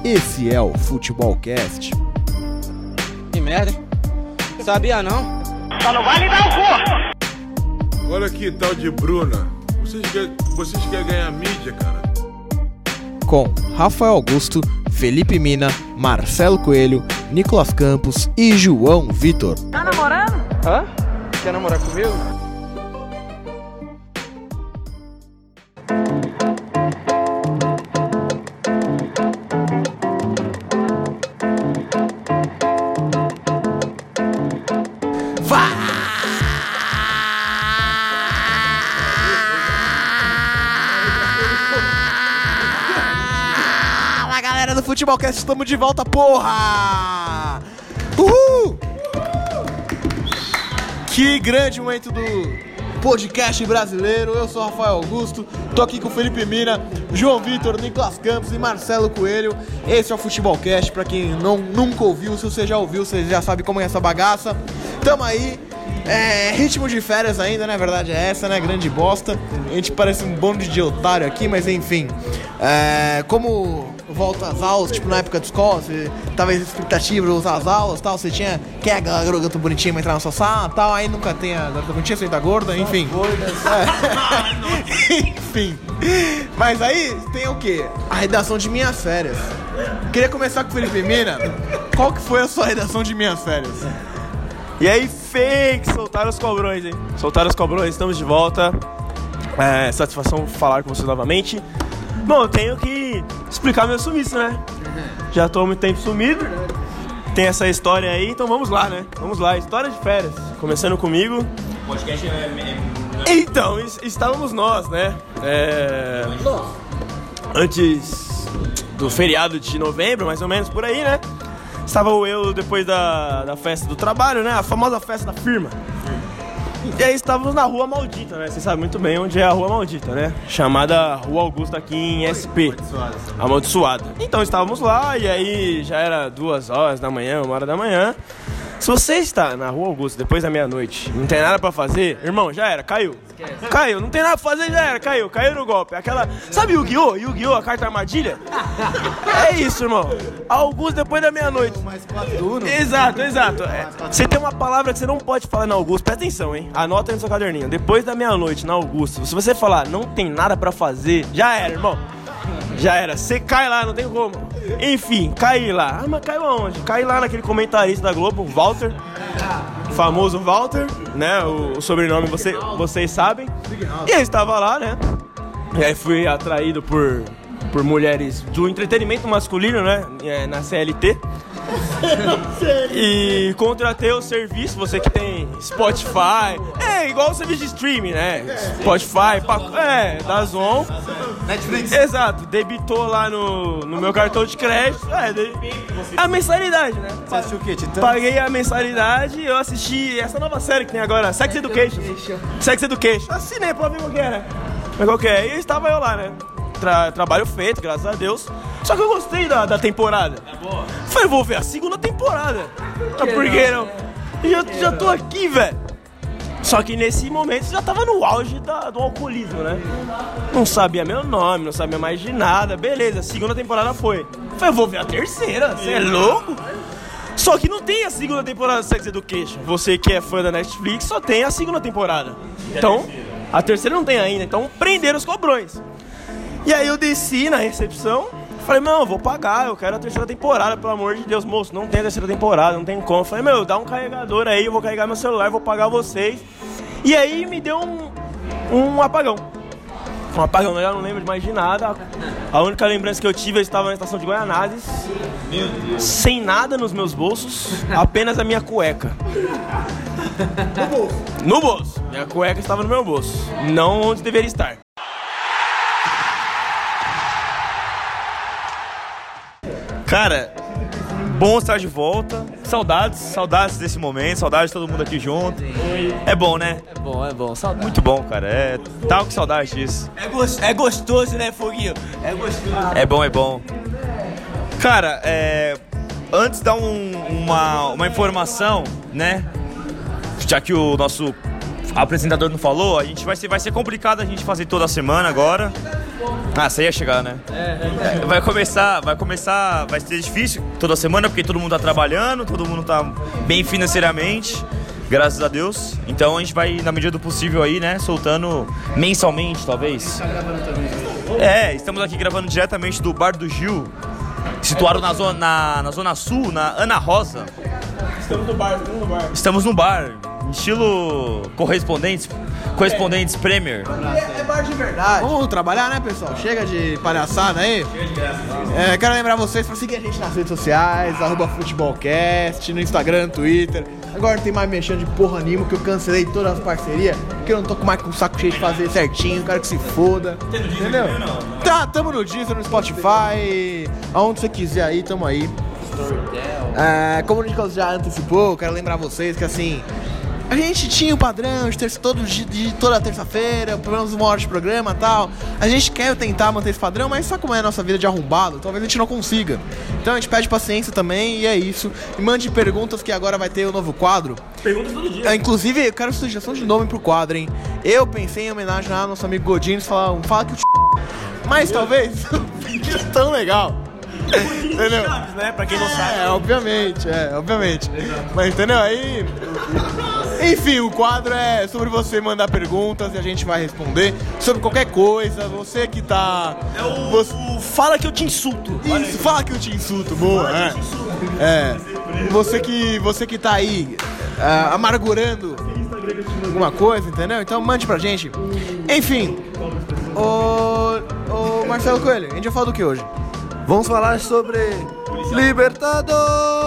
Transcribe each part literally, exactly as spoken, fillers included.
esse é o Futebolcast. Que merda, hein? Sabia não? Só não vai lhe dar o cu! Olha que tal de Bruna. Vocês querem, vocês querem ganhar mídia, cara? Com Rafael Augusto, Felipe Mina, Marcelo Coelho, Nicolas Campos e João Vitor. Tá namorando? Hã? Quer namorar comigo? Fala, galera do Futebolcast, estamos de volta, porra! Uhul! Que grande momento do podcast brasileiro. Eu sou o Rafael Augusto, tô aqui com o Felipe Mina, João Vitor, Nicolas Campos e Marcelo Coelho. Esse é o Futebolcast, pra quem não, nunca ouviu, se você já ouviu, você já sabe como é essa bagaça. Tamo aí, é, ritmo de férias ainda, né? A verdade é essa, né? Grande bosta. A gente parece um bando de otário aqui, mas enfim. É, como volta às aulas, tipo na época de escola, você tava em expectativa de voltar às aulas, tal, você tinha, quer a garota bonitinha pra entrar na sua sala, tal, aí nunca tem a garota bonitinha, você tá gorda, enfim. É. Enfim. Mas aí tem o quê? A redação de minhas férias. Queria começar com o Felipe Mina. Qual que foi a sua redação de minhas férias? E aí, fake, soltaram os cobrões, hein? Soltaram os cobrões, estamos de volta. É, satisfação falar com você novamente. Bom, eu tenho que explicar meu sumiço, né? Já tô há muito tempo sumido. Tem essa história aí, então vamos lá, né? Vamos lá, história de férias. Começando comigo. O podcast é... Então, estávamos nós, né? É... Antes do feriado de novembro, mais ou menos por aí, né? Estava eu depois da, da festa do trabalho, né? A famosa festa da firma. E aí estávamos na Rua Maldita, né? Você sabe muito bem onde é a Rua Maldita, né? Chamada Rua Augusta aqui em S P. Amaldiçoada. Então estávamos lá e aí já era duas horas da manhã, uma hora da manhã. Se você está na Rua Augusta depois da meia-noite, não tem nada pra fazer, irmão, já era, caiu. Caiu, não tem nada pra fazer, já era, caiu, caiu no golpe. Aquela, sabe Yu-Gi-Oh? Yu-Gi-Oh, a carta armadilha? É isso, irmão. Augusto depois da meia-noite. Exato, exato. É, você tem uma palavra que você não pode falar na Augusto, presta atenção, hein? Anota aí no seu caderninho. Depois da meia-noite na Augusto, se você falar não tem nada pra fazer, já era, irmão. Já era, você cai lá, não tem como. Enfim, caí lá. Ah, mas caiu aonde? Caí lá naquele comentarista da Globo, o Walter. Famoso Walter, né? O, o sobrenome você, vocês sabem. E eu estava lá, né? E aí fui atraído por, por mulheres do entretenimento masculino, né? Na C L T. E contratei o serviço, você que tem Spotify. É, igual o serviço de streaming, né? Spotify, é, da Zon. Netflix. Exato, debitou lá no, no meu cartão de crédito. É, de, a mensalidade, né? Você assistiu o quê, Titã? Paguei a mensalidade e eu assisti essa nova série que tem agora, Sex Education. Sex Education. Assinei pra ver qual que era. Mas qual que é? E estava eu lá, né? Tra- trabalho feito, graças a Deus. Só que eu gostei da, da temporada. É boa. Falei, vou ver a segunda temporada. Ah, por que não? Já, já tô aqui, velho. Só que nesse momento já tava no auge da, do alcoolismo, né? Não sabia meu nome, não sabia mais de nada. Beleza, a segunda temporada foi. Falei, vou ver a terceira, você é louco? Só que não tem a segunda temporada de Sex Education. Você que é fã da Netflix só tem a segunda temporada. Então, a terceira não tem ainda, então prenderam os cobrões. E aí eu desci na recepção, falei, não, eu vou pagar, eu quero a terceira temporada, pelo amor de Deus, moço, não tem a terceira temporada, não tem como. Eu falei, meu, dá um carregador aí, eu vou carregar meu celular, vou pagar vocês. E aí me deu um, um apagão. Um apagão, eu já não lembro mais de nada. A única lembrança que eu tive, eu estava na estação de Guaianazes, sem nada nos meus bolsos, apenas a minha cueca. No bolso? No bolso. Minha cueca estava no meu bolso, não onde deveria estar. Cara, bom estar de volta. Saudades, saudades desse momento, saudades de todo mundo aqui junto. É bom, né? É bom, é bom, saudade. Muito bom, cara. É, tava com saudade disso. É, gost- é gostoso, né, Foguinho? É gostoso. É bom, é bom. Cara, é, antes de dar um, uma, uma informação, né? Já que o nosso o apresentador não falou, a gente vai ser, vai ser complicado a gente fazer toda semana agora. Ah, você ia chegar, né? É, vai começar, vai começar, vai ser difícil toda semana, porque todo mundo tá trabalhando, todo mundo tá bem financeiramente, graças a Deus. Então a gente vai, na medida do possível aí, né, soltando mensalmente, talvez. É, estamos aqui gravando diretamente do Bar do Gil, situado na zona, na, na zona sul, na Ana Rosa. Estamos no bar, estamos no bar. Estamos no bar, estilo correspondentes, correspondentes Premier. É, é bar de verdade. Vamos trabalhar, né, pessoal? Chega de palhaçada aí. É, quero lembrar vocês pra seguir a gente nas redes sociais, arroba futebolcast, no Instagram, no Twitter. Agora não tem mais mexendo de porra nenhuma, que eu cancelei todas as parcerias, porque eu não tô mais com o saco cheio de fazer certinho, quero que se foda. Entendeu? Tá, tamo no Deezer, no Spotify, aonde você quiser aí, tamo aí. É, como o Nicolas já antecipou, eu quero lembrar vocês que assim, a gente tinha o padrão de terça, todo, de, de toda terça-feira, pelo menos uma hora de programa e tal. A gente quer tentar manter esse padrão, mas só como é a nossa vida de arrombado, talvez a gente não consiga. Então a gente pede paciência também e é isso. E mande perguntas que agora vai ter o novo quadro. Perguntas todo dia. É, inclusive, eu quero sugestão de nome pro quadro, hein. Eu pensei em homenagem ao nosso amigo Godinho, falar, fala que o mas talvez não fique tão legal. Entendeu? Chaves, né? Pra quem não sabe. É, obviamente, é, obviamente. Mas entendeu? Aí. Enfim, o quadro é sobre você mandar perguntas e a gente vai responder sobre qualquer coisa. Você que tá. É o, você... o fala que eu te insulto. Isso, fala que eu te insulto, boa. É. É. Você que, você que tá aí uh, amargurando alguma coisa, entendeu? Então mande pra gente. Enfim, o, o Marcelo Coelho, a gente vai falar do que hoje? Vamos falar sobre Libertadores,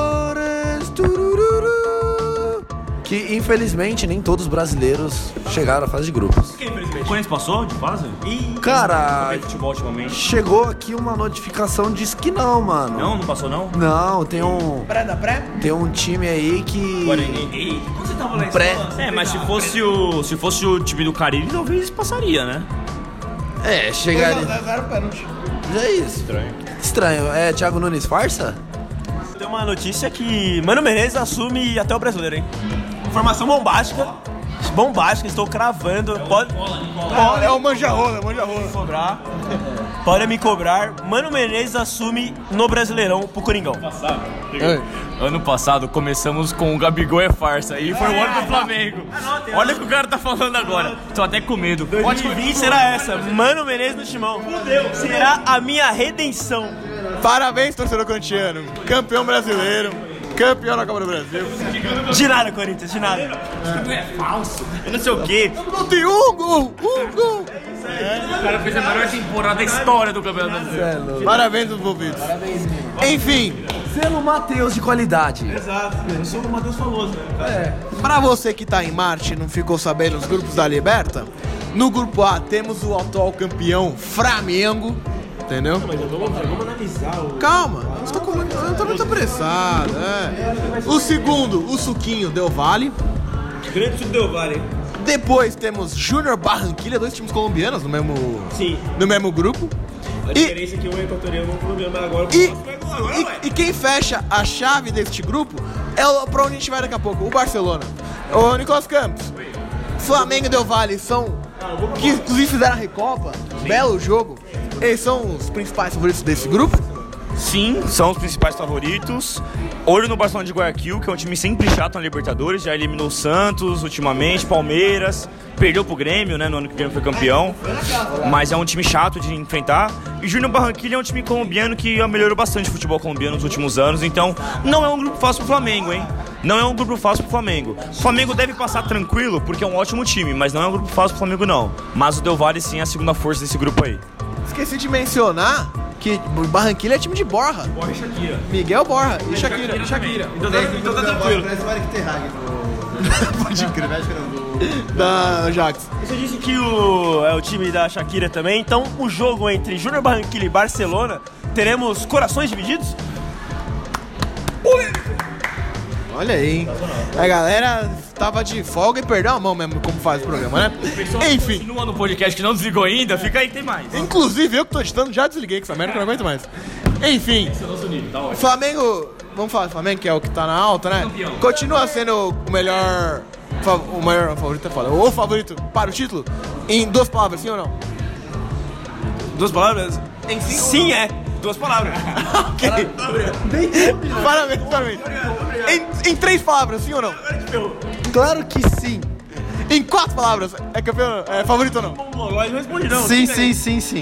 turururu, que infelizmente nem todos os brasileiros chegaram à fase de grupos. O Corinthians passou de fase? Cara, Futebol ultimamente. chegou aqui uma notificação, diz que não, mano. Não, não passou não? Não, tem um Pré da pré? tem um time aí que Guarani. Quando você tava lá em Pré. São Paulo, É, mas se fosse o, se fosse o time do Cariri, talvez passaria, né? é, chegaria. zero pênalti. Já é isso. Estranho. Estranho. É Thiago Nunes farsa? tem uma notícia que Mano Menezes assume até o brasileiro, hein? Informação bombástica. Bombástica, estou cravando. Pode, Pode, é o manja-rola, manja-rola. me cobrar. Pode me cobrar. Mano Menezes assume no Brasileirão pro Coringão. Ano passado começamos com o Gabigol é farsa e foi o ano do Flamengo. Olha o que o cara tá falando agora. Tô até com medo. dois mil e vinte será essa. Mano Menezes no timão. Será a minha redenção. Parabéns, torcedor corintiano. Campeão brasileiro. Campeão da Copa do Brasil. De nada, Corinthians, de nada. Eu não sei o quê. Não tem um gol! Um gol! O cara fez a melhor temporada da história do Campeonato Brasileiro. Parabéns aos envolvidos. Enfim, Selo Matheus de qualidade. Exato, eu sou o Matheus Famoso, né? pra você que tá em Marte e não ficou sabendo os grupos da Liberta, no grupo A temos o atual campeão Flamengo, entendeu? Mas vamos, vamos analisar o... Calma, você tá com muito, eu tô muito apressado, é. O segundo, o Suquinho Del Valle. Grande Sul Del Valle. Depois temos Júnior Barranquilla, dois times colombianos no mesmo, Sim. no mesmo grupo. A E, diferença é que um é equatoriano e um é colombiano, mas agora o e, próximo é agora, e, ué. e quem fecha a chave deste grupo é o, pra onde a gente vai daqui a pouco, o Barcelona. Ô Nicolas Campos, Flamengo e Del Valle são, que inclusive fizeram a Recopa, belo jogo. Eles são os principais favoritos desse grupo? Sim, são os principais favoritos. Olho no Barcelona de Guayaquil, que é um time sempre chato na Libertadores. Já eliminou o Santos ultimamente, Palmeiras. Perdeu pro Grêmio, né, no ano que o Grêmio foi campeão. Mas é um time chato de enfrentar. E Júnior Barranquilla é um time colombiano que melhorou bastante o futebol colombiano nos últimos anos. Então, não é um grupo fácil pro Flamengo, hein? Não é um grupo fácil pro Flamengo. O Flamengo deve passar tranquilo, porque é um ótimo time. Mas não é um grupo fácil pro Flamengo, não. Mas o Del Valle, sim, é a segunda força desse grupo aí. Esqueci de mencionar que Barranquilla é time de Borja. Borja e Shakira. Miguel Borja e Shakira. Shakira. Então tá, então tá tranquilo. Pode crer. Da Ajax. Você disse que o, é o time da Shakira também, então o jogo entre Júnior Barranquilla e Barcelona, teremos corações divididos? Olha aí, hein? A galera tava de folga e perdeu a mão mesmo como faz o programa, né? Enfim. Continua no podcast que não desligou ainda, fica aí, tem mais. Inclusive eu que tô editando já desliguei com essa merda que eu não aguento mais. Enfim. Esse é o nosso nível, tá ótimo. Flamengo, vamos falar do Flamengo que é o que tá na alta, né? Campeão. Continua sendo o melhor O maior favorito é foda. O favorito para o título? Em duas palavras, sim ou não? Duas palavras? Em sim, sim é. Duas palavras. Ok. Parabéns, parabéns. Em, em três palavras, sim ou não? Claro que sim. Em quatro palavras, é campeão, é favorito ou não? Não responde não. Sim, sim, sim, sim.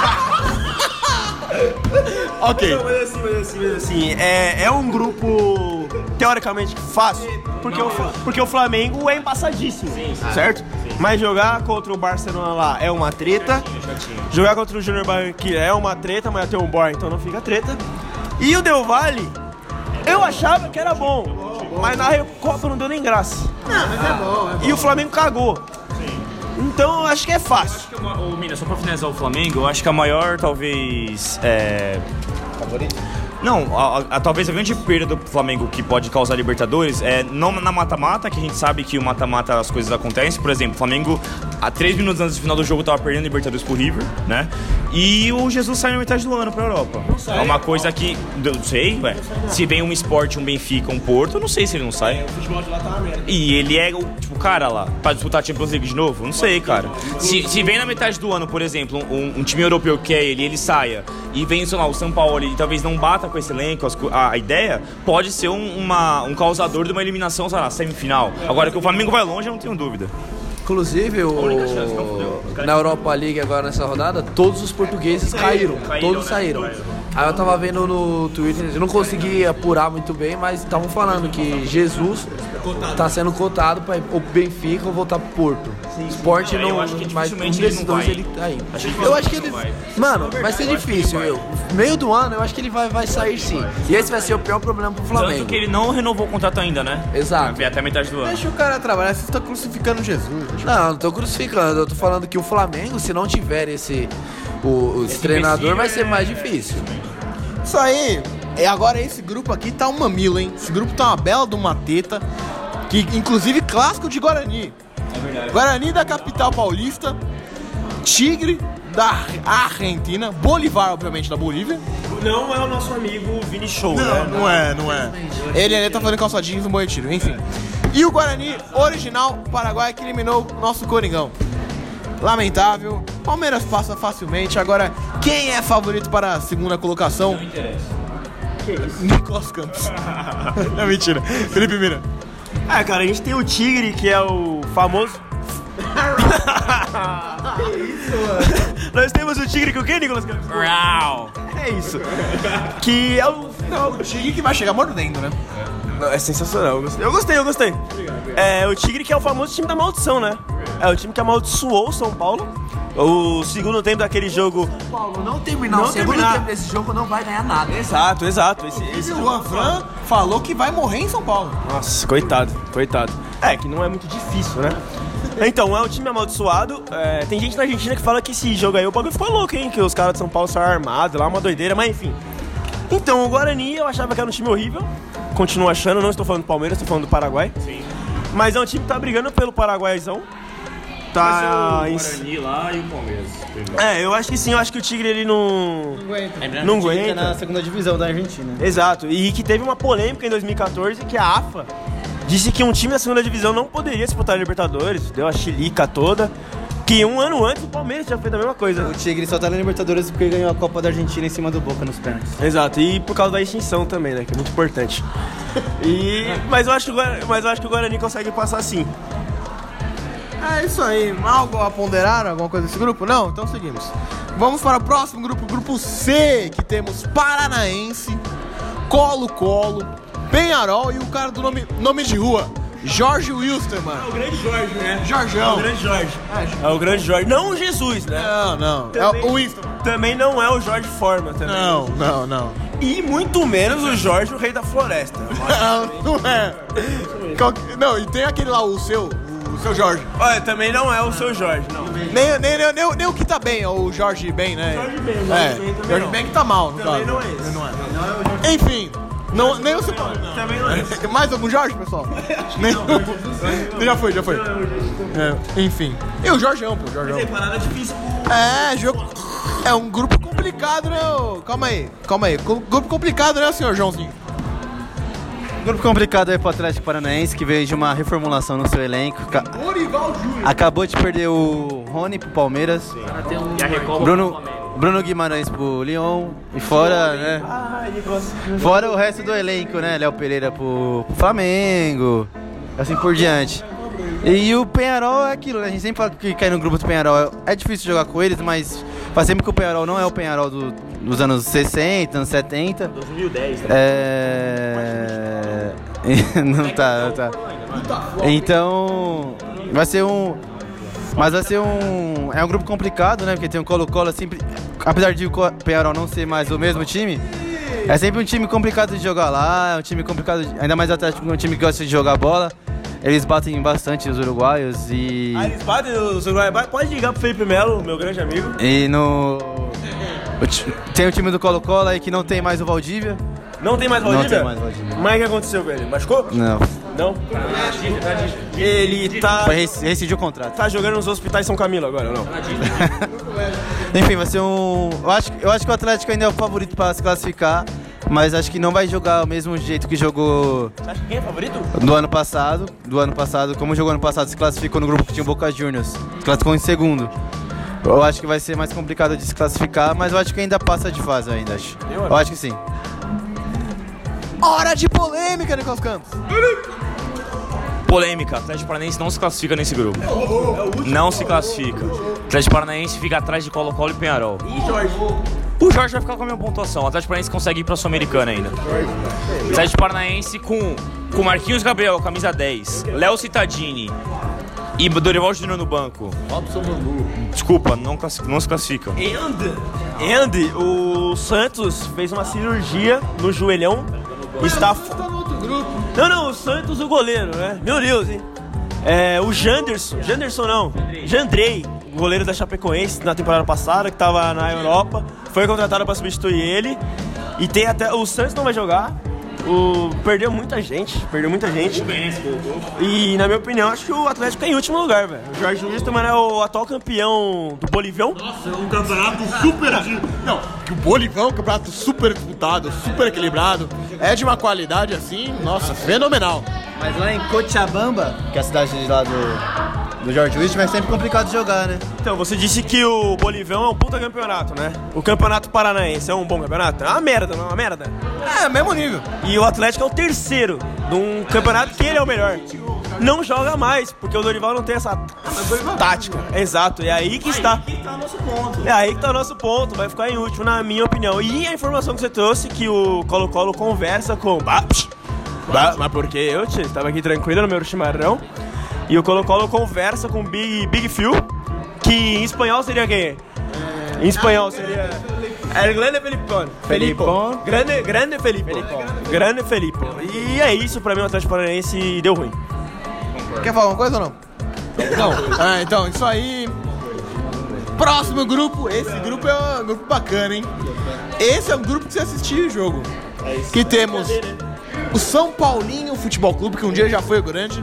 Ok. Não, mas assim, mas assim, mas assim, é, é um grupo teoricamente fácil, porque, o, porque o Flamengo é embaçadíssimo, certo? Mas jogar contra o Barcelona lá é uma treta, jogar contra o Júnior Barranquilla é uma treta, mas tem um Bor, então não fica treta. E o Del Valle, eu achava que era bom, mas na Recopa não deu nem graça. Não, mas é bom, é bom. E o Flamengo cagou. Então eu acho que é fácil. Ô, Mina, só pra finalizar o Flamengo, eu acho que a maior, talvez. É... Favorito? Não, a, a, a, talvez a grande perda do Flamengo que pode causar Libertadores é não na mata-mata, que a gente sabe que o mata-mata as coisas acontecem. Por exemplo, o Flamengo, há três minutos antes do final do jogo, tava perdendo Libertadores pro River, né? E o Jesus sai na metade do ano pra Europa. É uma coisa que. Não sei, ué. Se vem um Sport, um Benfica, um Porto, eu não sei se ele não sai. O futebol de lá tá uma merda. E ele é o tipo, cara lá, pra disputar a Champions League de novo? Não sei, cara. Se, se vem na metade do ano, por exemplo, um, um time europeu que é ele, ele saia e vem, sei lá, o São Paulo e talvez não bata com esse elenco, as, a, a ideia pode ser um, uma, um causador de uma eliminação, sei lá, semifinal. Agora que o Flamengo vai longe, eu não tenho dúvida. Inclusive, o... na Europa League agora nessa rodada, todos os portugueses caíram, todos saíram. Aí eu tava vendo no Twitter, eu não consegui apurar muito bem, mas estavam falando que Jesus tá sendo cotado para o Benfica ou voltar pro Porto. Sport não, eu acho que mas um dificilmente desses ele não dois vai. ele tá indo. Acho que Eu acho que ele ele, não vai. mano, vai ser difícil. Eu, meio do ano, eu acho que ele vai, vai sair sim. E esse vai ser o pior problema pro Tanto Flamengo. que ele não renovou o contrato ainda, né? Exato. Vai até a metade do ano. Deixa o cara trabalhar, vocês estão crucificando Jesus. Não, não tô crucificando, eu tô falando que o Flamengo, se não tiver esse, o, esse treinador, vai ser mais difícil. Isso aí, e agora esse grupo aqui tá um mamilo, hein? Esse grupo tá uma bela de uma teta, que inclusive clássico de Guarani. É verdade. Guarani da capital paulista, Tigre da Argentina, Bolivar, obviamente, da Bolívia. Não é o nosso amigo Vini Show, Não, né? não é, não é. Ele, ele tá fazendo calçadinhos no Boetiro, enfim. E o Guarani original Paraguai que eliminou o nosso Coringão. Lamentável. Palmeiras passa facilmente. Agora, quem é favorito para a segunda colocação? Não interessa. Nicolas Campos. Não, mentira. Felipe Mira. É, cara, a gente tem o Tigre, que é o famoso... Que isso, mano? Nós temos o Tigre que o quê, Nicolas Campos? Uau! É isso. Que é o... Não, o Tigre que vai chegar mordendo, né? Não, é sensacional, eu gostei, eu gostei. Eu gostei. É o Tigre que é o famoso time da maldição, né? É o time que amaldiçoou o São Paulo. O segundo tempo daquele jogo... Paulo, não terminar Não o segundo terminar. tempo desse jogo não vai ganhar nada. Exato, exato. Esse, esse O Juan Fran falou que vai morrer em São Paulo. Nossa, coitado, coitado. É, que não é muito difícil, né? Então, é um time amaldiçoado. É, tem gente na Argentina que fala que esse jogo aí, o bagulho ficou louco, hein? Que os caras de São Paulo são armados lá, uma doideira, mas enfim. Então, o Guarani eu achava que era um time horrível. Continuo achando, não estou falando do Palmeiras, estou falando do Paraguai. Sim. Mas é um time que tá brigando pelo Paraguaizão. Tá Vai em... ser o Guarani lá e o Palmeiras. É, eu acho que sim, eu acho que o Tigre ele não... Lembrando Não que o Tigre aguenta. tá na segunda divisão da Argentina. Exato, e que teve uma polêmica em dois mil e quatorze que a AFA disse que um time da segunda divisão não poderia disputar a Libertadores, deu a chilica toda, que um ano antes o Palmeiras tinha feito a mesma coisa. O Tigre só tá na Libertadores porque ganhou a Copa da Argentina em cima do Boca nos pênaltis. Exato, e por causa da extinção também, né, que é muito importante. E... Mas, eu acho que o Guarani, mas eu acho que o Guarani consegue passar sim. É isso aí. Algo a ponderar? Alguma coisa desse grupo? Não? Então seguimos. Vamos para o próximo grupo, grupo C, que temos Paranaense, Colo-Colo, Penharol e o cara do nome, nome de rua, Jorge Wilstermann. É o grande Jorge, né? Jorgeão. É o grande Jorge. É o grande Jorge. Não o Jesus, né? Não, não. Também- É o Wilstermann. Também não é o Jorge Forma também. Não, não, não. E muito menos o Jorge, o rei da floresta. Não, não é. Qual que- Não, e tem aquele lá, o seu, o seu Jorge. Olha, também não é o seu Jorge, não. Nem, nem, nem, nem, nem o que tá bem, é o Jorge Ben, né? Jorge Ben, Jorge é, Ben também Jorge não. Ben que tá mal, no Também caso. não é esse. Não é. Enfim, não, nem o seu. Também não é esse. Mais algum Jorge, pessoal? Nenhum. Já foi, já foi. É, enfim. E o Jorgeão, pô, o Jorgeão. Tem parada difícil. É, jogo. É um grupo complicado, né? ô? Calma aí, calma aí. Co- Grupo complicado, né, senhor Joãozinho? Grupo complicado aí pro Atlético Paranaense, que veio de uma reformulação no seu elenco. Acabou de perder o Rony pro Palmeiras. Bruno, Bruno Guimarães pro Lyon. E fora, né? Fora o resto do elenco, né? Léo Pereira pro, pro Flamengo. Assim por diante. E o Penharol é aquilo, né? A gente sempre fala que cair no grupo do Penharol é difícil jogar com eles, mas faz tempo que o Penharol não é o Penharol do, dos anos sessenta, anos setenta. dois mil e dez, né? É... não tá, não tá. Então, vai ser um... Mas vai ser um... É um grupo complicado, né? Porque tem um Colo-Colo sempre... Apesar de o Penharol não ser mais o mesmo time, é sempre um time complicado de jogar lá, é um time complicado, de... ainda mais o Atlético, um time que gosta de jogar bola. Eles batem bastante os uruguaios e... Ah, eles batem os uruguaios? Pode ligar pro Felipe Melo, meu grande amigo. E no... Tem o time do Colo-Colo aí que não tem mais o Valdívia. Não tem mais Valdívia? Não tem mais Valdívia. Mas o que aconteceu com ele? Machucou? Não. Não? Ele tá... Rescindiu o contrato. Tá jogando nos hospitais São Camilo agora, ou não? Enfim, vai ser um... Eu acho, eu acho que o Atlético ainda é o favorito para se classificar, mas acho que não vai jogar o mesmo jeito que jogou... Você acha que quem é favorito? Do ano passado. Do ano passado, como jogou ano passado, se classificou no grupo que tinha o Boca Juniors. Se classificou em segundo. Eu acho que vai ser mais complicado de se classificar, mas eu acho que ainda passa de fase ainda, acho. Eu acho que sim. Hora de polêmica, Nicolas Campos. Polêmica, Atlético Paranaense não se classifica nesse grupo. Não se classifica. Atlético Paranaense fica atrás de Colo-Colo e Penharol. E Jorge? O Jorge vai ficar com a minha pontuação. O Atlético Paranaense consegue ir pra Sul-Americana ainda. Atlético Paranaense com, com Marquinhos Gabriel, camisa dez, Léo Cittadini e Dorival Júnior no banco. Desculpa, não, não se classifica. And, and o Santos fez uma cirurgia no joelhão. Está... Não, não, o Santos, o goleiro, né? Meu Deus, hein? É, o Janderson, Janderson não, Jandrei, o goleiro da Chapecoense na temporada passada, que tava na Europa, foi contratado para substituir ele. E tem até... O Santos não vai jogar. O, perdeu muita gente, perdeu muita gente. E na minha opinião, acho que o Atlético é em último lugar, velho. O Jorge Luiz também é o atual campeão do Bolivião. Nossa, é um campeonato super... Não, que o Bolivião é um campeonato super disputado, super equilibrado. É de uma qualidade assim, nossa, fenomenal. Mas lá em Cochabamba, que é a cidade de lá do, do Jorge Luiz, é sempre complicado de jogar, né? Então, você disse que o Bolivião é um puta campeonato, né? O Campeonato Paranaense é um bom campeonato? É uma merda, não é uma merda? É, mesmo nível. E o Atlético é o terceiro de um campeonato que ele é o melhor. Não joga mais, porque o Dorival não tem essa tática. Exato, é aí que está. É aí que está o nosso ponto, vai ficar em último, na minha opinião. E a informação que você trouxe, que o Colo-Colo conversa com... Bah, mas porque eu estava aqui tranquilo no meu chimarrão. E o Colo-Colo conversa com Big, Big Phil, que em espanhol seria quem? Em espanhol seria... El Grande Felipão. Felipão. Grande, grande Felipe. Grande Felipe. E é isso, pra mim o Atlético Paranaense deu ruim. Quer falar alguma coisa ou não? Não. Ah, então, isso aí... Próximo grupo. Esse grupo é um grupo bacana, hein? Esse é um grupo que você assistiu o jogo. Que temos... O São Paulinho Futebol Clube, que um dia já foi grande.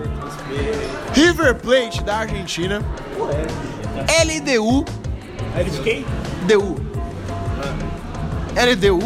River Plate da Argentina. L D U. L de quem? D U. L D U.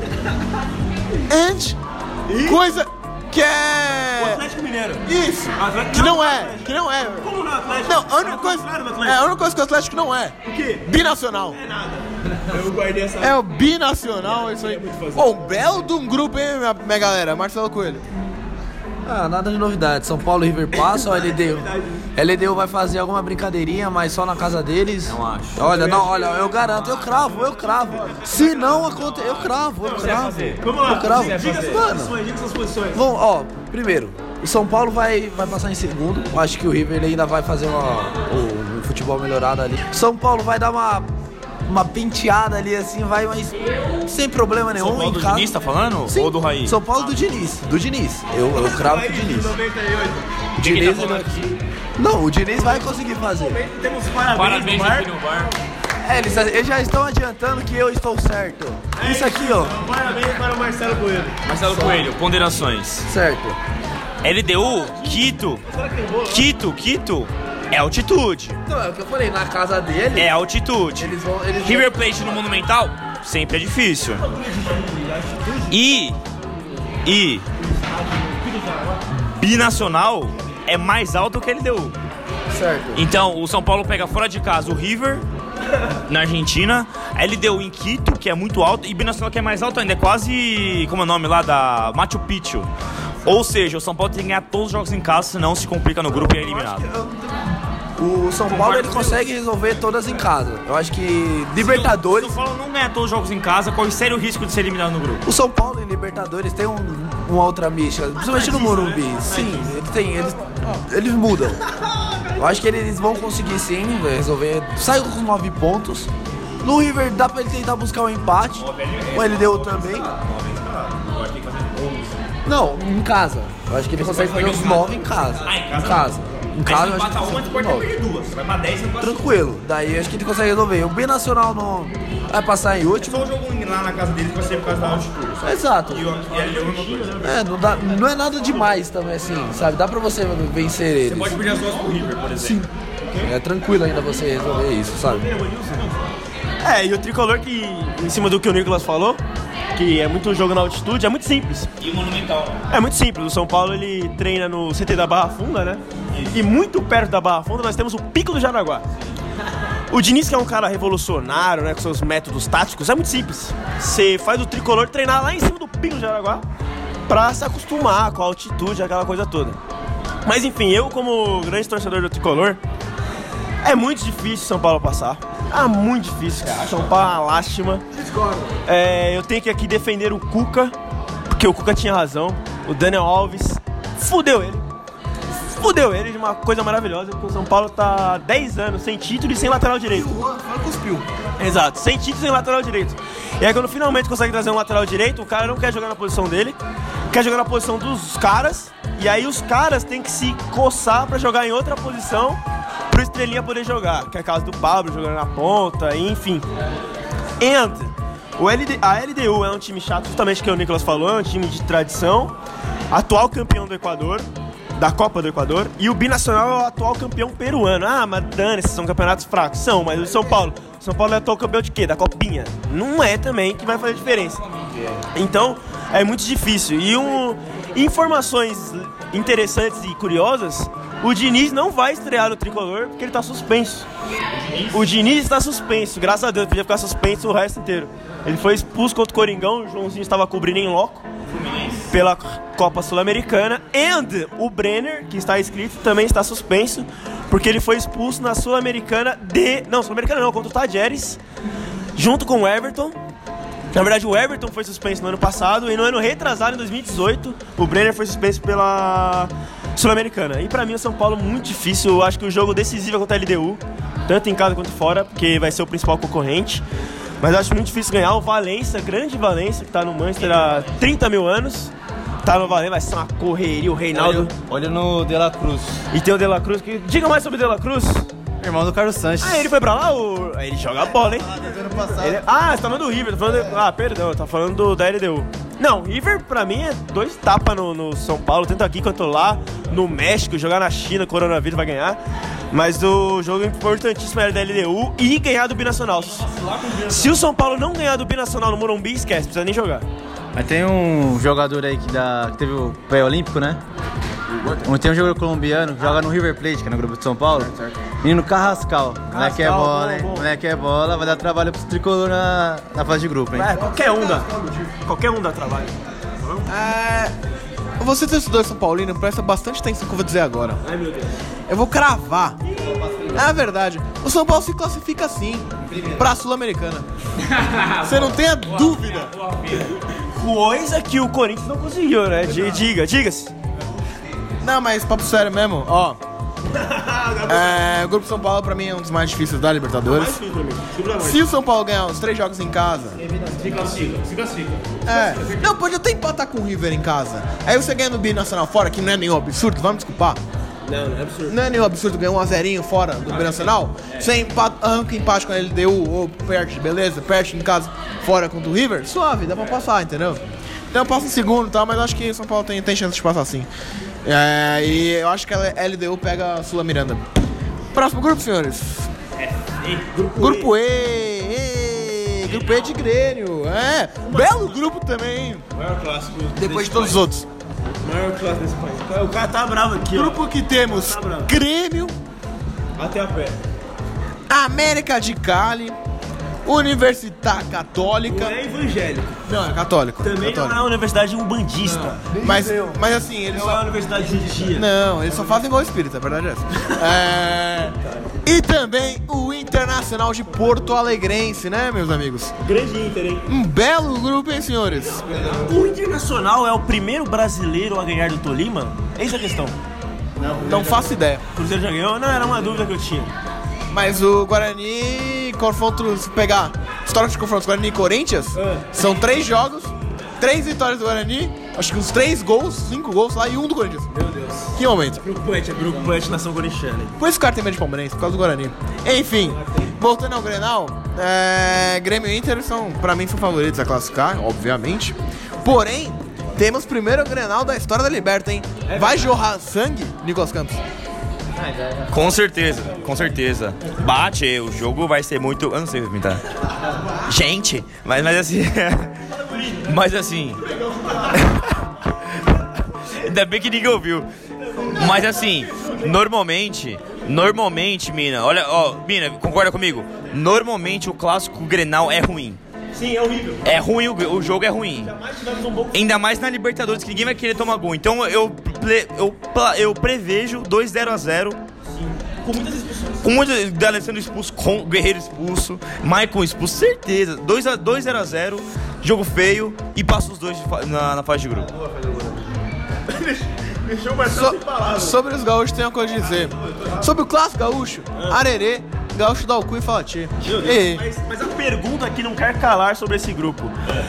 And coisa que é... O Atlético Mineiro. Isso. Atlético... Que não é. Que não é. Como não, Atlético? Não, a única coisa... É, a única coisa que o Atlético não é. O quê? Binacional. É nada. Eu guardei essa... É o binacional, isso aí. Ô, oh, belo de um grupo, hein, minha, minha galera. Marcelo Coelho. Ah, nada de novidade. São Paulo e River passa ou L D U? L D U vai fazer alguma brincadeirinha, mas só na casa deles. Não acho. Olha, não, olha, eu garanto, eu cravo, eu cravo. Se não acontecer, eu cravo, eu cravo. Vamos lá, eu cravo. diga Mano, suas, diga suas posições. Vamos, ó, primeiro, o São Paulo vai, vai passar em segundo. Acho que o River ainda vai fazer uma, o, o futebol melhorado ali. São Paulo vai dar uma, uma penteada ali assim, vai, mas sem problema nenhum. São Paulo do casa. Diniz tá falando? Sim, ou do Raí? São Paulo do Diniz, do Diniz. Eu, eu cravo com o Diniz. O Diniz tá aqui? Não, o Diniz vai conseguir fazer. Temos parabéns, Parabéns bar. aqui no bar. É, eles, eles já estão adiantando que eu estou certo. É isso aqui, ó. Parabéns para o Marcelo Coelho. Marcelo Coelho, ponderações. Certo. L D U, Quito. Quito, Quito é altitude. Então, é o que eu falei, na casa dele. É altitude. Eles vão, eles River Plate no Monumental sempre é difícil. E. E. binacional é mais alto que a L D U. Certo. Então, o São Paulo pega fora de casa o River, na Argentina, a L D U em Quito, que é muito alto, e binacional que é mais alto ainda, é quase, como é o nome lá, da Machu Picchu. Ou seja, o São Paulo tem que ganhar todos os jogos em casa, senão se complica no grupo e é eliminado. O São Paulo ele consegue resolver todas em casa. Eu acho que Libertadores... Se o São Paulo não ganha todos os jogos em casa, corre sério risco de ser eliminado no grupo. O São Paulo e Libertadores tem um, uma outra mística, principalmente no Morumbi. Sim, eles, têm, eles, eles mudam. Eu acho que eles vão conseguir sim resolver. Saiu com nove pontos. No River dá pra ele tentar buscar um empate. O L D U também. Não, em casa. Eu acho que ele consegue fazer os nove em casa. Ah, em casa? Em casa. Em casa eu acho que uma, consegue nove. duas. Vai pra dez, Tranquilo. Daí eu acho que ele consegue resolver. O Binacional não vai passar em último. Só o jogo lá na casa dele vai ser por causa da altitude. Exato. E a L D U é uma coisa. É, não, dá, não é nada demais também, assim, sabe? Dá pra você vencer eles. Você pode perder as duas pro River, por exemplo. Sim. É tranquilo ainda você resolver isso, sabe? É, e o tricolor que, em cima do que o Nicolas falou, que é muito jogo na altitude, é muito simples. E o Monumental. É muito simples. O São Paulo, ele treina no C T da Barra Funda, né? E muito perto da Barra Funda nós temos o Pico do Jaraguá. O Diniz, que é um cara revolucionário, né, com seus métodos táticos, é muito simples. Você faz o tricolor treinar lá em cima do Pico do Jaraguá pra se acostumar com a altitude, aquela coisa toda. Mas enfim, eu como grande torcedor do tricolor, é muito difícil São Paulo passar. Ah, muito difícil. São Paulo é uma lástima. É, eu tenho que aqui defender o Cuca, porque o Cuca tinha razão. O Daniel Alves fudeu ele. Fudeu ele de uma coisa maravilhosa, porque o São Paulo tá há dez anos sem título e sem lateral direito. Cuspiu. Exato, sem título e sem lateral direito. E aí quando finalmente consegue trazer um lateral direito, o cara não quer jogar na posição dele, quer jogar na posição dos caras, e aí os caras têm que se coçar pra jogar em outra posição pro Estrelinha poder jogar, que é a casa do Pablo jogando na ponta, enfim. And o L D, a L D U é um time chato, justamente o que o Nicolas falou, é um time de tradição, atual campeão do Equador, da Copa do Equador, e o Binacional é o atual campeão peruano. Ah, mas dane-se, são campeonatos fracos. São, mas o São Paulo, o São Paulo é atual campeão de quê? Da Copinha. Não é também que vai fazer diferença. Então, é muito difícil. E um, informações interessantes e curiosas, o Diniz não vai estrear no Tricolor porque ele tá suspenso. O Diniz está suspenso, graças a Deus, podia ficar suspenso o resto inteiro. Ele foi expulso contra o Coringão, o Joãozinho estava cobrindo em loco pela Copa Sul-Americana. E o Brenner, que está inscrito, também está suspenso, porque ele foi expulso na Sul-Americana de... Não, Sul-Americana não, contra o Tajeres, junto com o Everton. Na verdade, o Everton foi suspenso no ano passado, e no ano retrasado, em dois mil e dezoito, o Brenner foi suspenso pela Sul-Americana. E pra mim, o São Paulo, muito difícil. Eu acho que o jogo decisivo é contra a L D U, tanto em casa quanto fora, porque vai ser o principal concorrente. Mas eu acho muito difícil ganhar. O Valência, grande Valência, que tá no Manchester há trinta mil anos, tá no Valência, vai ser uma correria. O Reinaldo... Olha, olha no De La Cruz. E tem o De La Cruz, que... Diga mais sobre o De La Cruz. Irmão do Carlos Sanches. Ah, ele foi pra lá? O... Ele joga bola, hein? Ele... Ah, você tá falando do River. Tá falando de... Ah, perdão, tá falando do... da L D U. Não, River pra mim é dois tapas no, no São Paulo, tanto aqui quanto lá. No México, jogar na China, coronavírus vai ganhar. Mas o jogo importantíssimo era da L D U e ganhar do Binacional. Se o São Paulo não ganhar do Binacional no Morumbi, esquece, não precisa nem jogar. Mas tem um jogador aí que, dá, que teve o pré-olímpico, né? Tem um jogador colombiano que joga no River Plate, que é no grupo de São Paulo. Menino Carrascal. Moleque é bola, hein? Moleque é bola, vai dar trabalho pro tricolor na, na fase de grupo, hein? É, qualquer um dá. Qualquer um dá trabalho. É... Você, torcedor São Paulino, presta bastante atenção no que eu vou dizer agora. Ai, meu Deus. Eu vou cravar. É verdade. O São Paulo se classifica assim pra Sul-Americana. Você não tenha dúvida. Coisa que o Corinthians não conseguiu, né? Diga, diga-se. Não, mas papo sério mesmo, ó. É, o Grupo São Paulo pra mim é um dos mais difíceis da Libertadores. Se o São Paulo ganhar os três jogos em casa, se classifica, se classifica. É, não, pode até empatar com o River em casa. Aí você ganha no Binacional fora, que não é nenhum absurdo, vai me desculpar. Não, não é absurdo. Não é nenhum absurdo ganhar um a zerinho fora do Binacional. Você empata, arranca empate com a L D U ou perde, beleza, perde em casa fora contra o River, suave, dá pra passar, entendeu? Então passa em segundo e tal, mas acho que o São Paulo tem, tem chance de passar sim. É, e eu acho que a L D U pega a Sula Miranda. Próximo grupo, senhores. É, e, grupo, grupo E. E, e grupo E de Grêmio. É, belo grupo também. Maior clássico. Depois de todos os outros. Maior classe desse país. O cara tá bravo aqui, Grupo ó. que temos Tá bravo. Grêmio, Até a pé. América de Cali, Universidade Católica. Não é evangélico. Não, é católico. Também católico. não é uma universidade umbandista. Mas, mas assim, eles Não é uma só... universidade judia. Não, eles só fazem igual espírita, a verdade é essa. É... E também o Internacional de Porto Alegrense, né, meus amigos? Grande Inter, hein? Um belo grupo, hein, senhores? O Internacional é o primeiro brasileiro a ganhar do Tolima? Eis a questão. Não faço ideia. O Cruzeiro já ganhou? Não, era uma dúvida que eu tinha. Mas o Guarani, confronto, se pegar história de confrontos Guarani e Corinthians, É. são três jogos, três vitórias do Guarani, acho que uns três gols, cinco gols lá e um do Corinthians. Meu Deus. Que momento. Preocupante, é preocupante nação corintiana. Por isso que o cara tem medo de palmeirense, por causa do Guarani. Enfim, voltando ao Grenal, é, Grêmio e Inter são, pra mim, são favoritos a classificar, obviamente. Porém, temos primeiro Grenal da história da Liberta, hein? Vai jorrar sangue, Nicolas Campos? Com certeza, com certeza. Bate, o jogo vai ser muito... Eu não sei imitar. Gente, mas, mas assim... mas assim... Ainda bem que ninguém ouviu. Mas assim, normalmente... Normalmente, Mina, olha, ó, Mina, concorda comigo? Normalmente o clássico Grenal é ruim. Sim, é horrível. É ruim, o, o jogo é ruim. Jamais tivemos um bom... Ainda mais na Libertadores, que ninguém vai querer tomar gol. Então eu, ple- eu, pla- eu prevejo dois a zero a zero. Com muitas expulsões. Com muito D'Alessandro expulso, com Guerreiro expulso, Maicon expulso, certeza. dois a zero a zero, jogo feio e passa os dois de fa- na, na fase de grupo. Deixou o Marcelo sem So- palavras. sobre os gaúchos tem uma coisa a dizer. Sobre o clássico gaúcho, Arerê, gaúcho dá o cu e fala tchê. Meu Deus, Ei, mas, mas a pergunta aqui não quer calar sobre esse grupo.